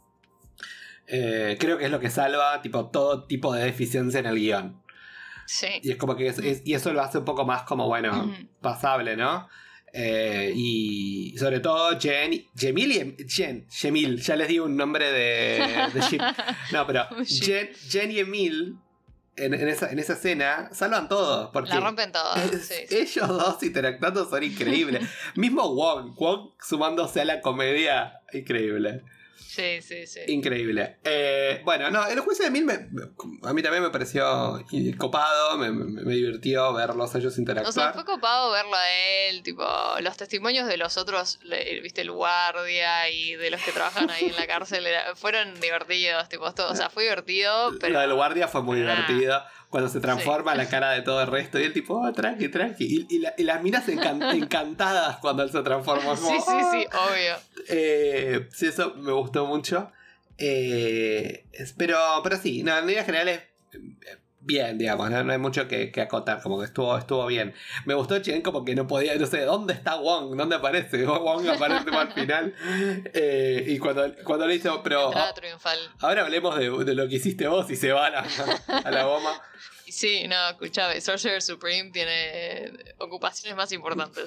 Eh, creo que es lo que salva tipo, todo tipo de deficiencia en el guión. Sí. Y es como que es, es, y eso lo hace un poco más como, bueno, uh-huh. pasable, ¿no? Eh, y sobre todo Jen, Jemil y Jen, Jemil, ya les di un nombre de, de Jim. No, pero Jen, Jen y Emil en, en, esa, en esa escena salvan todo. Porque la rompen todos. Es, sí, sí. Ellos dos interactuando son increíbles. Mismo Wong, Wong sumándose a la comedia, increíble. Sí, sí, sí. Increíble. Eh, bueno, no, el juicio de Emil me, me, a mí también me pareció copado, me, me, me divirtió verlos a ellos interactuar. O sea, fue copado verlo a él, tipo, los testimonios de los otros, viste, el guardia y de los que trabajan ahí en la cárcel, era, fueron divertidos, tipo, todo, o sea, fue divertido, pero... Lo del guardia fue muy nah. divertido. Cuando se transforma sí. la cara de todo el resto y el tipo, oh, tranqui, tranqui. Y, y, la, y las minas encan- encantadas cuando él se transformó. Como, sí, sí, oh. sí, obvio. Eh, sí, eso me gustó mucho. Eh, pero, pero sí, no, en líneas generales, bien, digamos, no, no hay mucho que, que acotar, como que estuvo, estuvo bien. Me gustó Chen como que no podía, no sé, ¿dónde está Wong? ¿Dónde aparece? Wong aparece al final. Eh, y cuando, cuando le dice, pero entrada triunfal. Ahora hablemos de, de lo que hiciste vos y se va a la, a la goma. Sí, no, escuchame, Sorcerer Supreme tiene ocupaciones más importantes.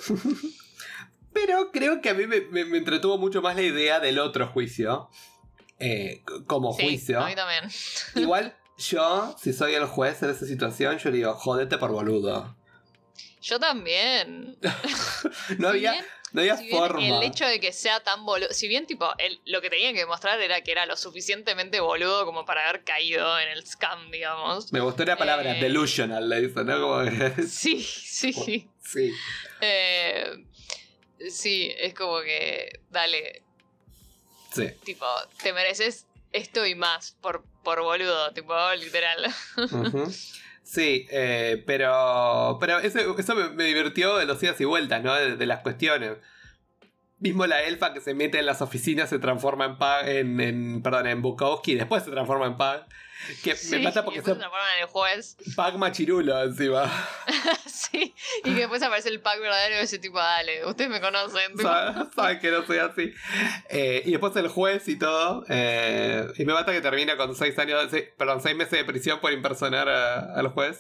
Pero creo que a mí me, me, me entretuvo mucho más la idea del otro juicio. Eh, como sí, juicio. A mí también. Igual yo, si soy el juez en esa situación, yo le digo, jodete por boludo. Yo también. no, si había, bien, no había si forma. El hecho de que sea tan boludo. Si bien, tipo, el, lo que tenían que demostrar era que era lo suficientemente boludo como para haber caído en el scam, digamos. Me gustó la palabra eh... delusional, le hizo, ¿no? Como que... Sí, sí. Sí. Eh, sí, es como que. Dale. Sí. Tipo, te mereces esto y más por, por boludo, tipo, literal. Uh-huh. Sí, eh, pero pero eso, eso me, me divirtió de los idas y vueltas, ¿no? De, de las cuestiones. Mismo la elfa que se mete en las oficinas se transforma en Pug, en, en, perdón, en Bukowski y después se transforma en Pug. Que Sí, me mata porque y después se se transforman en el juez. Pug machirulo encima. Sí, y que después aparece el pack verdadero de ese tipo, dale, ustedes me conocen. Tipo. Saben sabe que no soy así. Eh, y después el juez y todo. Eh, y me mata que termina con seis años, seis, perdón, seis meses de prisión por impersonar a, al juez.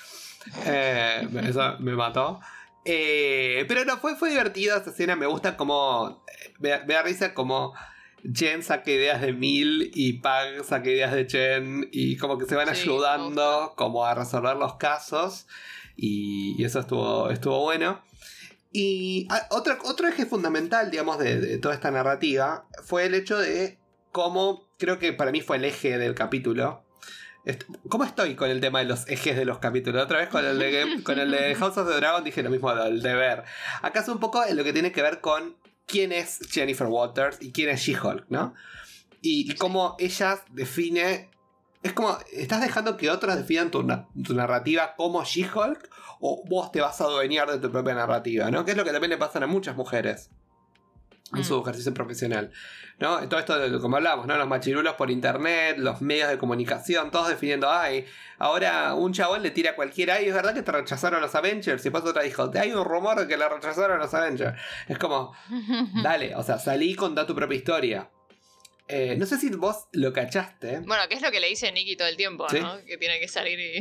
Eh, eso me mató. Eh, pero no, fue, fue divertida esa escena. Me gusta como. Me, me da risa como Jen saca ideas de Mil y Pug saca ideas de Jen. Y como que se van Sí, ayudando como a resolver los casos. Y, y eso estuvo, estuvo bueno. Y ah, otro, otro eje fundamental, digamos, de, de toda esta narrativa fue el hecho de cómo, creo que para mí fue el eje del capítulo. Est- ¿Cómo estoy con el tema de los ejes de los capítulos? Otra vez con el de, con el de House of the Dragon dije lo mismo del deber. Acá es un poco en lo que tiene que ver con quién es Jennifer Walters y quién es She-Hulk, ¿no? Y, y cómo ella define... Es como, ¿estás dejando que otros definan tu, na- tu narrativa como She-Hulk? ¿O vos te vas a adueñar de tu propia narrativa? ¿No? Que es lo que también le pasa a muchas mujeres en su ejercicio profesional, ¿no? Todo esto, de, como hablamos, ¿no? Los machirulos por internet, los medios de comunicación, todos definiendo, ay, ahora un chabón le tira a cualquiera, ay, es verdad que te rechazaron los Avengers, y después otra dijo, hay un rumor de que le rechazaron los Avengers. Es como, dale, o sea, salí y contá tu propia historia. Eh, no sé si vos lo cachaste. Bueno, que es lo que le dice Nikki todo el tiempo, ¿Sí? ¿no? Que tiene que salir y...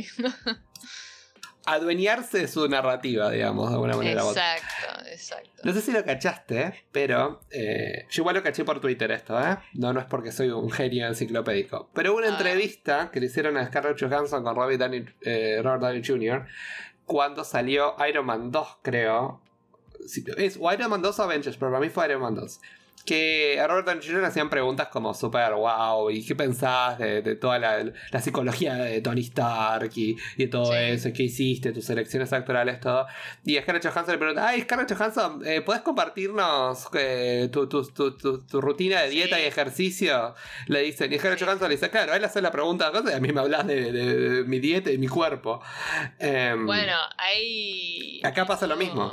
Adueñarse de su narrativa, digamos, de alguna manera. Exacto, exacto. No sé si lo cachaste, pero eh, yo igual lo caché por Twitter esto, ¿eh? No, no es porque soy un genio enciclopédico. Pero hubo una Ah. entrevista que le hicieron a Scarlett Johansson con Robert Downey, eh, Robert Downey junior cuando salió Iron Man dos, creo. Sí, es o Iron Man dos o Avengers, pero para mí fue Iron Man dos. Que a Robert Downey junior le hacían preguntas como super wow, ¿y qué pensás de, de toda la, la psicología de Tony Stark y, y de todo Sí. eso? ¿Qué hiciste? Tus elecciones actorales, todo. Y a Scarlett Johansson le pregunta, ay, Scarlett Johansson, eh, ¿podés compartirnos eh, tu, tu, tu, tu, tu rutina de dieta Sí. y ejercicio? Le dicen, y Scarlett Sí. Johansson le dice, claro, él hace la pregunta y a mí me hablas de, de, de mi dieta y de mi cuerpo. Eh, Bueno, ahí... acá pasa lo mismo.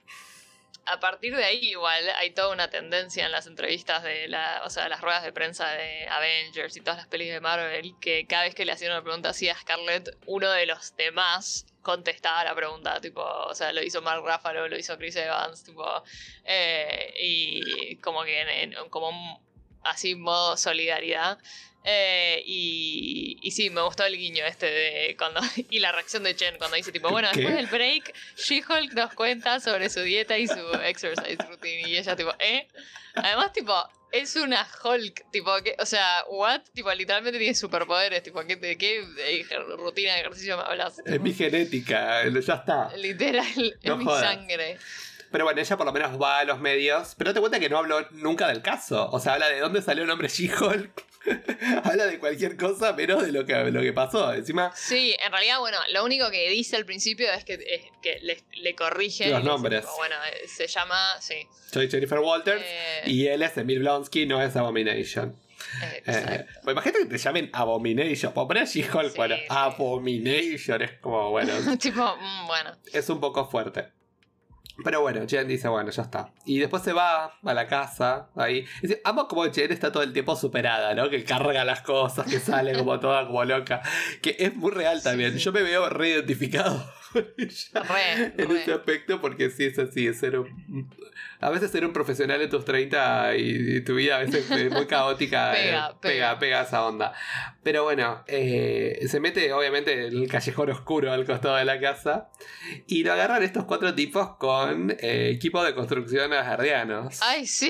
A partir de ahí igual hay toda una tendencia en las entrevistas de la, o sea, las ruedas de prensa de Avengers y todas las pelis de Marvel, que cada vez que le hacían una pregunta así a Scarlett, uno de los demás contestaba la pregunta, tipo, o sea, lo hizo Mark Ruffalo, lo hizo Chris Evans, tipo, eh, y como que en, en- como así modo solidaridad. Eh, y, y sí, me gustó el guiño este de cuando y la reacción de Chen cuando dice tipo, bueno, ¿Qué? después del break, She-Hulk nos cuenta sobre su dieta y su exercise routine. Y ella tipo, ¿eh? Además, tipo, es una Hulk, tipo, que, o sea, what? Tipo, literalmente tiene superpoderes, tipo, ¿qué, ¿de qué ejer- rutina de ejercicio me hablas? Es mi genética, ya está. Literal, No es mi jodas. sangre. Pero bueno, ella por lo menos va a los medios. Pero te cuenta que no habló nunca del caso. O sea, habla de dónde salió el nombre She-Hulk. Habla de cualquier cosa menos de lo que, lo que pasó. Encima, Sí, en realidad, bueno, lo único que dice al principio es que, es que le, le corrige. Los y le dice, nombres. tipo, bueno, eh, se llama, sí. soy Jennifer Walters. Eh, Y él es Emil Blonsky, no es Abomination. eh, Eh, exacto. pues imagínate que te llamen Abomination. Por poner She-Hulk, Sí, bueno, sí. Abomination es como, bueno, tipo, mm, bueno. es un poco fuerte. Pero bueno, Jen dice, bueno, ya está. Y después se va a la casa, ahí. Dice, amo como Jen está todo el tiempo superada, ¿no? Que carga las cosas, que sale como toda como loca. Que es muy real también. Sí, sí. Yo me veo re identificado con ella Re, en re. ese aspecto, porque sí es así, es ser un... A veces ser un profesional en tus treinta y, y tu vida a veces es muy caótica. Pega, eh, pega, pega. pega esa onda. Pero bueno, eh, se mete obviamente en el callejón oscuro al costado de la casa y lo agarran estos cuatro tipos con eh, equipo de construcción asgardianos. Ay, sí.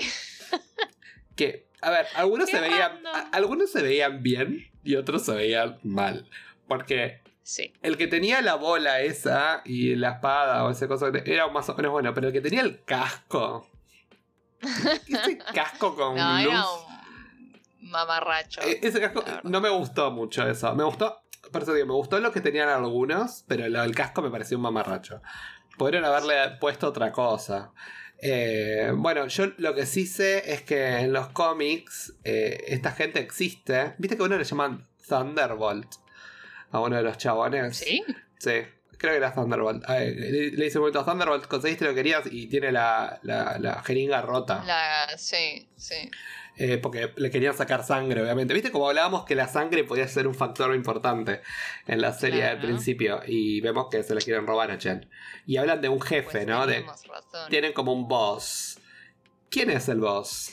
Que, a ver, algunos Qué se veían, random. a- algunos se veían bien y otros se veían mal. Porque Sí. el que tenía la bola esa y la espada o esa cosa era más o menos bueno, pero el que tenía el casco. Ese casco con No, luz. era un mamarracho. eh, Ese casco la verdad. no me gustó mucho eso. Me gustó, por eso digo, me gustó lo que tenían algunos, pero lo del casco me pareció un mamarracho. Podrían haberle puesto otra cosa. Eh, bueno, yo lo que sí sé es que en los cómics eh, esta gente existe. ¿Viste que a uno le llaman Thunderbolt? A uno de los chabones. ¿Sí? Sí, creo que era Thunderbolt. Ay, le, le dice un momento, Thunderbolt, conseguiste lo que querías y tiene la, la, la jeringa rota. La, sí, sí. Eh, porque le querían sacar sangre, obviamente. ¿Viste como hablábamos que la sangre podía ser un factor importante en la serie Claro. al principio? Y vemos que se le quieren robar a Chen. Y hablan de un jefe, Pues ¿no? De, teníamos razón. tienen como un boss. ¿Quién es el boss?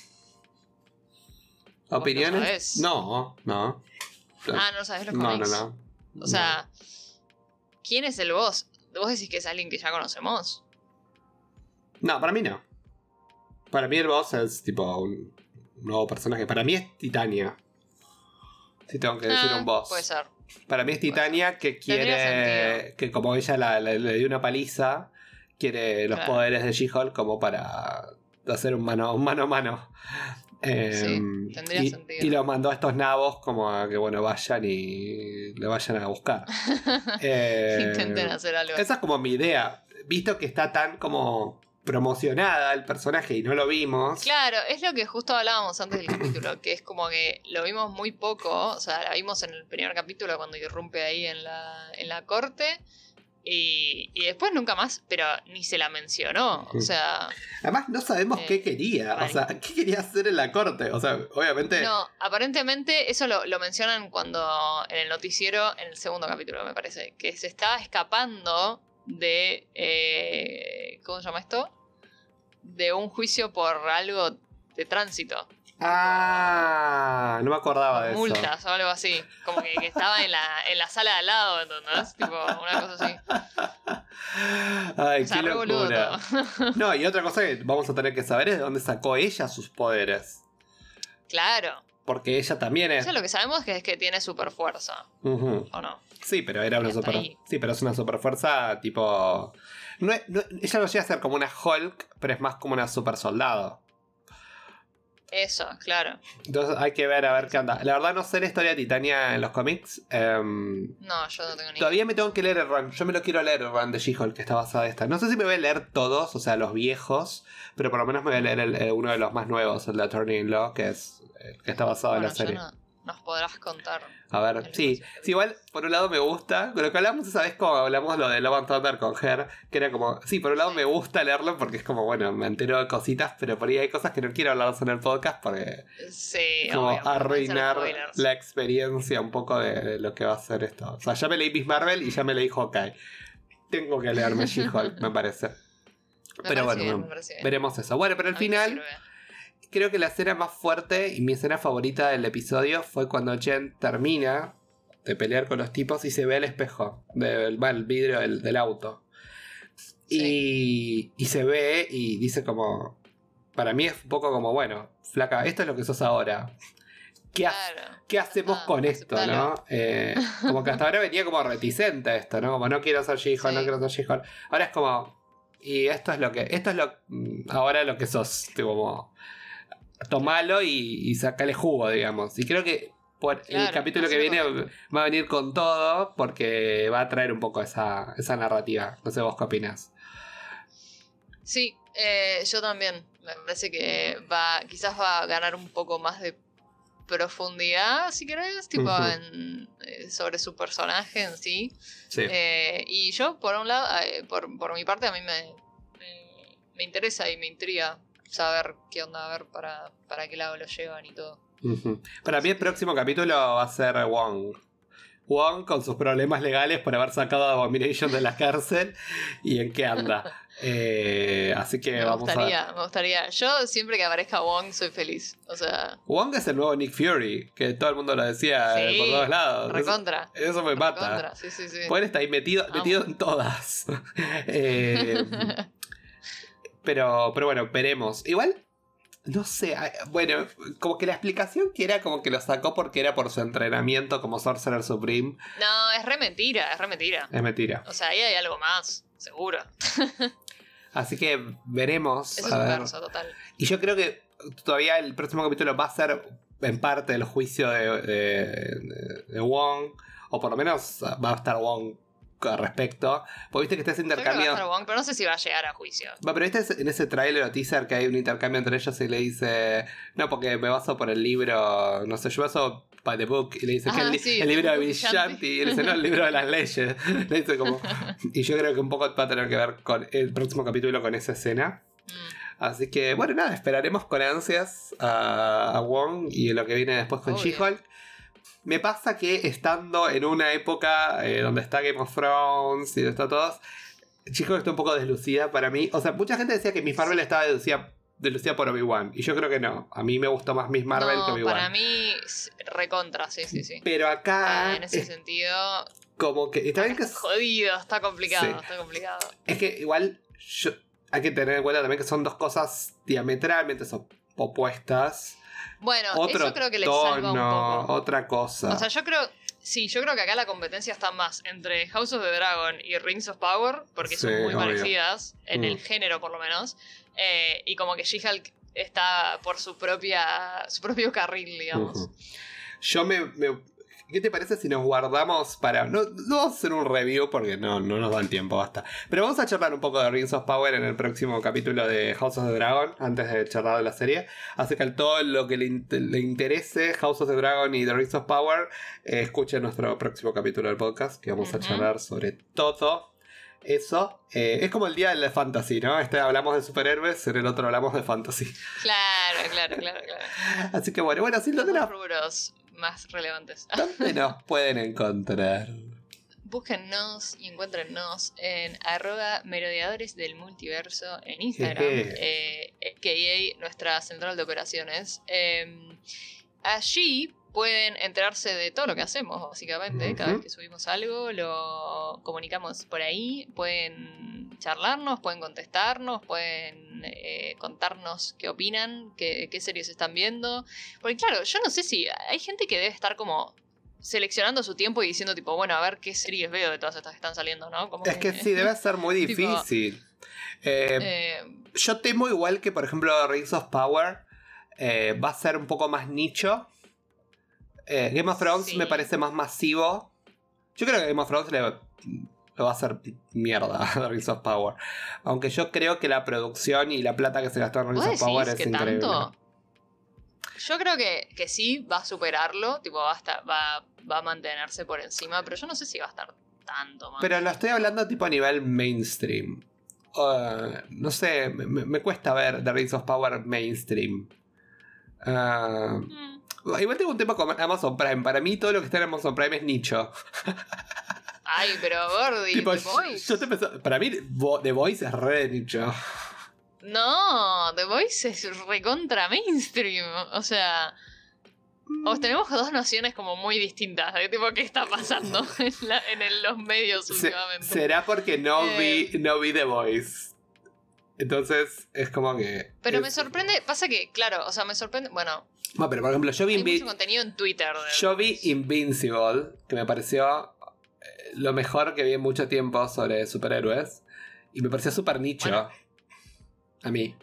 ¿Vos ¿Opiniones? lo sabés? No, no. Ah, no sabés los No, cómics. no, no. O sea, ¿quién es el boss? ¿Vos decís que es alguien que ya conocemos? No, para mí no. Para mí el boss es tipo un nuevo personaje. Para mí es Titania. Si tengo que decir Ah, un boss. Puede ser. Para mí es Titania que Tendría quiere. sentido. Que como ella la- la- le dio una paliza, quiere los Claro. poderes de She-Hulk como para hacer un mano, un mano a mano. Eh, Sí, tendría y, sentido. y lo mandó a estos nabos como a que bueno vayan y le vayan a buscar. Eh, Intenten hacer algo. Esa es como mi idea. Visto que está tan como promocionada el personaje y no lo vimos. Claro, es lo que justo hablábamos antes del capítulo, que es como que lo vimos muy poco, o sea, la vimos en el primer capítulo cuando irrumpe ahí en la, en la corte, y, y después nunca más, pero ni se la mencionó, o sea... Además no sabemos Eh, qué quería. O sea, ¿qué quería hacer en la corte? O sea, obviamente... No, aparentemente eso lo, lo mencionan cuando en el noticiero, en el segundo capítulo me parece, que se estaba escapando de... Eh, ¿cómo se llama esto? De un juicio por algo de tránsito. Ah, no me acordaba de Por eso. multas o algo así. Como que, que estaba en la, en la sala de al lado, ¿entendés? Tipo, una cosa así. Ay, O sea, qué re boludo locura. todo. No, y otra cosa que vamos a tener que saber es de dónde sacó ella sus poderes. Claro. Porque ella también es. Eso lo que sabemos que es que tiene super fuerza, Ujú. ¿o no? Sí, pero era una Y hasta super. ahí. Sí, pero es una super fuerza tipo. No es- no- ella no llega a ser como una Hulk, pero es más como una super soldado. Eso, claro. Entonces hay que ver a ver qué anda. La verdad no sé la historia de Titania en los cómics. Em, No, yo no tengo ni idea. Todavía me tengo que leer el run. Yo me lo quiero leer el run de She-Hulk que está basada en esta. No sé si me voy a leer todos, o sea, los viejos, pero por lo menos me voy a leer el- el- uno de los más nuevos, el de Attorney in Law, que es el que está basado Bueno, en la ya serie. no- nos podrás contar. A ver, el sí, próximo sí, igual por un lado me gusta, con lo que hablamos esa vez como hablamos lo de Love and Thunder con Her, que era como, sí, por un lado Sí. me gusta leerlo porque es como, bueno, me entero de cositas, pero por ahí hay cosas que no quiero hablarlas en el podcast porque Sí, como obvio, pueden ser arruinar spoilers. la experiencia un poco de, de lo que va a ser esto. O sea, ya me leí Miss Marvel y ya me leí Hawkeye. Tengo que leerme She-Hulk, me parece. Me Pero parece bueno, bien, bueno, me parece bien. veremos eso. Bueno, pero al A mí me final, sirve. creo que la escena más fuerte y mi escena favorita del episodio fue cuando Jen termina de pelear con los tipos y se ve el espejo, del bueno, el vidrio del, del auto. Y, y se ve y dice como, para mí es un poco como, bueno, flaca, esto es lo que sos ahora. ¿Qué, ha- Claro. ¿qué hacemos Ah, con esto, aceptalo. no? Eh, como que hasta ahora venía como reticente a esto, ¿no? Como no quiero ser She-Hulk, Sí. no quiero ser She-Hulk. Ahora es como, y esto es lo que, esto es lo, mm, ahora lo que sos, tipo, como, tomalo y, y sacale jugo, digamos. Y creo que por el Claro, capítulo que así viene correcto. va a venir con todo porque va a traer un poco esa, esa narrativa. No sé vos qué opinas. Sí, eh, yo también. Me parece que va, quizás va a ganar un poco más de profundidad, si querés, tipo Ujú. en, eh, sobre su personaje en sí. Sí. Eh, y yo, por un lado, eh, por, por mi parte, a mí me, me, me interesa y me intriga saber qué onda, a ver para, para qué lado lo llevan y todo. Ujú. Para mí el próximo capítulo va a ser Wong. Wong con sus problemas legales por haber sacado a Abomination de la cárcel y en qué anda. Eh, así que Me vamos a gustaría, ver. me gustaría. Yo siempre que aparezca Wong soy feliz. O sea, Wong es el nuevo Nick Fury, que todo el mundo lo decía eh, Sí, por todos lados. Eso, recontra. eso me mata. Recontra, sí, sí, sí. Porque él está ahí metido, Amo. metido en todas. Eh, pero, pero bueno, veremos. Igual, no sé, ah, bueno, como que la explicación que era como que lo sacó porque era por su entrenamiento como Sorcerer Supreme, No, es re mentira, es re mentira. es mentira. O sea, ahí hay algo más, seguro. Así que veremos. Es a un ver. verso total. Y yo creo que todavía el próximo capítulo va a ser en parte el juicio de, de, de- de Wong, o por lo menos va a estar Wong al respecto. Porque viste que está ese Yo creo que va a intercambio. estar Wong, pero no sé si va a llegar a juicio. Va, pero viste en ese tráiler o teaser que hay un intercambio entre ellos y le dice, no, porque me baso por el libro, no sé, yo baso by the book, y le dice Ah, que el, li- sí, el libro de Book Vishanti, y él dice, no, el libro de las leyes. Le dice como, y yo creo que un poco va a tener que ver con el próximo capítulo con esa escena. Mm. Así que, bueno, nada, esperaremos con ansias a, a Wong y lo que viene después con Obvio. She-Hulk. Me pasa que estando en una época eh, donde está Game of Thrones y está todos, She-Hulk está un poco deslucida para mí. O sea, mucha gente decía que Miss Marvel estaba deslucida, deslucida por Obi-Wan. Y yo creo que no. A mí me gustó más Miss Marvel no, que Obi-Wan. para mí, s- recontra, sí, sí, sí. Pero acá Ah, en ese es sentido, como que... Está bien que está jodido, está complicado, Sí. está complicado. Es que igual yo- hay que tener en cuenta también que son dos cosas diametralmente so- opuestas. Bueno, Otro eso creo que le salva un tono, poco. otra cosa. O sea, yo creo, sí, yo creo que acá la competencia está más entre House of the Dragon y Rings of Power, porque Sí, son muy obvio. parecidas, en Mm. el género por lo menos, eh, y como que She-Hulk está por su propia su propio carril, digamos. Ujú. Yo me, me- ¿Qué te parece si nos guardamos para... No, no vamos a hacer un review porque no, no nos dan tiempo, basta. Pero vamos a charlar un poco de Rings of Power en el próximo capítulo de House of the Dragon, antes de charlar de la serie. Así que a todo lo que le, in- le interese House of the Dragon y The Rings of Power, eh, escuchen nuestro próximo capítulo del podcast, que vamos a Ujú. charlar sobre todo eso. Eh, es como el día del fantasy, ¿no? Este hablamos de superhéroes, en el otro hablamos de fantasy. Claro, claro, claro, claro. Así que bueno, bueno, sin Los duda, dos rubros más relevantes. ¿dónde nos pueden encontrar? Búsquennos y encuéntrennos en arroba merodeadores del multiverso en Instagram, Jeje. eh, a k a nuestra central de operaciones. Eh, allí pueden enterarse de todo lo que hacemos, básicamente. Ujú. Cada vez que subimos algo, lo comunicamos por ahí. Pueden charlarnos, pueden contestarnos, pueden eh, contarnos qué opinan, qué, qué series están viendo. Porque claro, yo no sé si hay gente que debe estar como seleccionando su tiempo y diciendo tipo, bueno, a ver qué series veo de todas estas que están saliendo, ¿no? Como Es que sí, debe ser muy Tipo, difícil. Eh, eh, yo temo igual que, por ejemplo, Rings of Power eh, va a ser un poco más nicho. Eh, Game of Thrones Sí. me parece más masivo. Yo creo que Game of Thrones le, le va a hacer mierda a Rings of Power. Aunque yo creo que la producción y la plata que se gastó en Rings ¿Vos of Power decís es que increíble. tanto? Yo creo que, que sí, va a superarlo, tipo, va a, estar- va, va a mantenerse por encima, pero yo no sé si va a estar tanto más. Pero lo estoy hablando tipo a nivel mainstream. Uh, no sé, me, me- me cuesta ver The Rings of Power mainstream. Uh, Mm. igual tengo un tema con Amazon Prime. Para mí todo lo que está en Amazon Prime es nicho. Ay, pero Gordy, Tipo, The yo, Voice. yo te pensaba- para mí Vo- The Voice es re de nicho. No, The Voice es recontra mainstream. O sea, o tenemos dos nociones como muy distintas de tipo qué está pasando en, la- en el- los medios Se- últimamente. será porque no Eh. vi no vi The Voice. Entonces es como que... Pero es- me sorprende, pasa que, claro, o sea, me sorprende, bueno, Bueno, pero por ejemplo, yo vi, hay Invi- mucho contenido en Twitter. de yo The vi Voice. Invincible, que me pareció eh, lo mejor que vi en mucho tiempo sobre superhéroes. Y me pareció súper nicho. Bueno. A mí.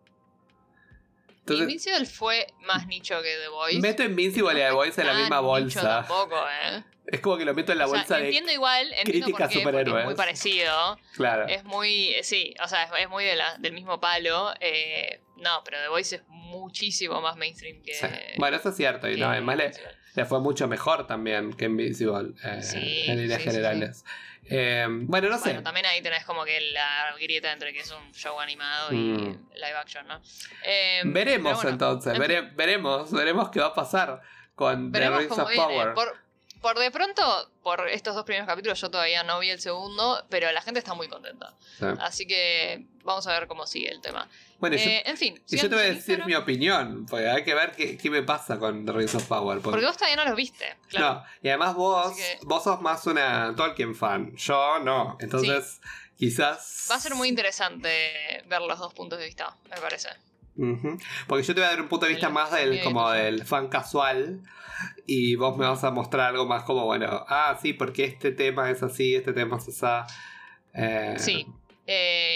Entonces, Invincible fue más nicho que The Voice. meto Invincible y The Voice en la Tan misma nicho bolsa. tampoco, ¿eh? Es como que lo meto en la O sea, bolsa de... entiendo igual, entiendo crítica por qué, porque superhéroes. es muy parecido. Claro. Es muy, sí, o sea, es, es muy de la- del mismo palo. eh, no, pero The Voice es muchísimo más mainstream que... Sí. Bueno, eso es cierto. Y que no, además le, Invincible. le fue mucho mejor también que Invincible. eh, Sí, en líneas sí, sí, generales. Eh, bueno, no sé. Bueno, también ahí tenés como que la grieta entre que es un show animado y Mm. live action, ¿no? Eh, Veremos pero bueno, entonces. en fin, vere- veremos. Veremos qué va a pasar con The veremos Rings cómo of viene. Power. Por, por de pronto, por estos dos primeros capítulos, yo todavía no vi el segundo, pero la gente está muy contenta. Sí. Así que vamos a ver cómo sigue el tema. Bueno, yo- Eh, en fin. y yo te voy a síganos en decir mi Instagram, opinión, porque hay que ver qué, qué me pasa con The Rings of Power. porque- Porque vos todavía no los viste, claro. No, y además vos, Así que- vos sos más una Tolkien fan. Yo no. Entonces, quizás. Va a ser muy interesante ver los dos puntos de vista, me parece. Ujú. Porque yo te voy a dar un punto de vista El- más del, sí, como sí. del fan casual. Y vos me vas a mostrar algo más como, bueno, ah, sí, porque este tema es así, este tema es así. Eh, Sí. Eh,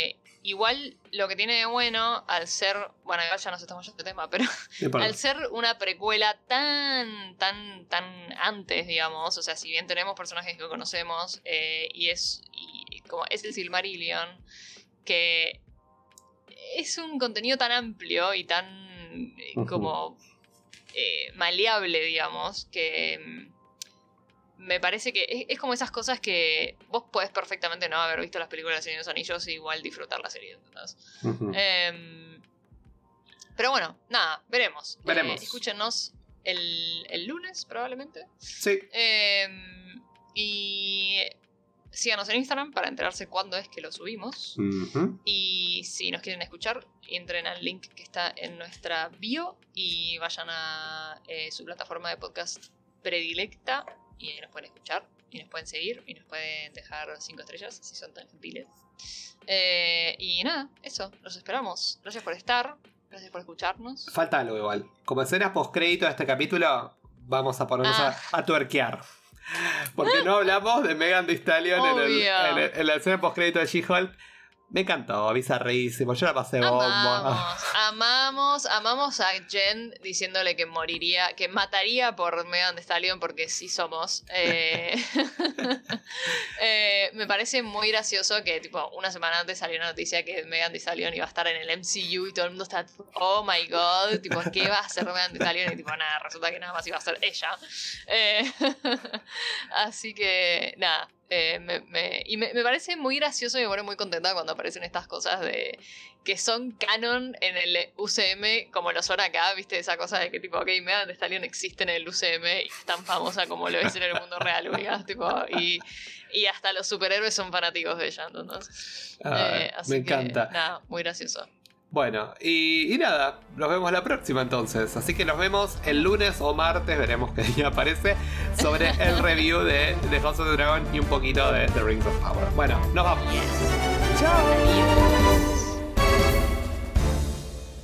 igual lo que tiene de bueno al ser, bueno, igual ya nos estamos yendo de tema, pero al ser una precuela tan, tan, tan antes, digamos, o sea, si bien tenemos personajes que conocemos eh, y es y como es el Silmarillion, que es un contenido tan amplio y tan eh, uh-huh. como eh, maleable, digamos, que me parece que es, es como esas cosas que vos podés perfectamente no haber visto las películas de Señor de los Anillos e igual disfrutar la serie, ¿entendés? Uh-huh. Eh, pero bueno, nada, veremos. Veremos. Eh, escúchenos el, el lunes, probablemente. Sí. Eh, y síganos en Instagram para enterarse cuándo es que lo subimos. Uh-huh. Y si nos quieren escuchar, entren al link que está en nuestra bio y vayan a eh, su plataforma de podcast predilecta. Y ahí nos pueden escuchar, y nos pueden seguir, y nos pueden dejar cinco estrellas si son tan gentiles. Eh, y nada, eso, los esperamos. Gracias por estar, gracias por escucharnos. Falta algo igual. Como escena postcrédito de este capítulo, vamos a ponernos ah. a, a tuerquear. Porque no hablamos de Megan Thee Stallion en, el, en, el, en la escena postcrédito de She-Hulk. Me encantó, bizarrísimo, yo la pasé bomba. Amamos, amamos, amamos a Jen diciéndole que moriría, que mataría por Megan Thee Stallion porque sí somos. Eh, eh, me parece muy gracioso que tipo una semana antes salió una noticia que Megan Thee Stallion iba a estar en el M C U y todo el mundo está, oh my god, tipo, ¿qué va a hacer Megan Thee Stallion? Y tipo, nada, resulta que nada más iba a ser ella. Eh, así que, nada. Eh, me, me, y me, me parece muy gracioso y me pone muy contenta cuando aparecen estas cosas de que son canon en el U C M como lo son acá, viste, esa cosa de que tipo, ok, Megan Thee Stallion existe en el U C M y es tan famosa como lo es en el mundo real, ¿verdad? Tipo, y, y hasta los superhéroes son fanáticos de ella, entonces. Ah, eh, así me encanta. Que, nada, muy gracioso. Bueno, y, y nada, nos vemos la próxima entonces. Así que nos vemos el lunes o martes, veremos qué día aparece, sobre el review de, de House of the Dragon y un poquito de The Rings of Power. Bueno, nos vamos. Yes. Chao. Adiós.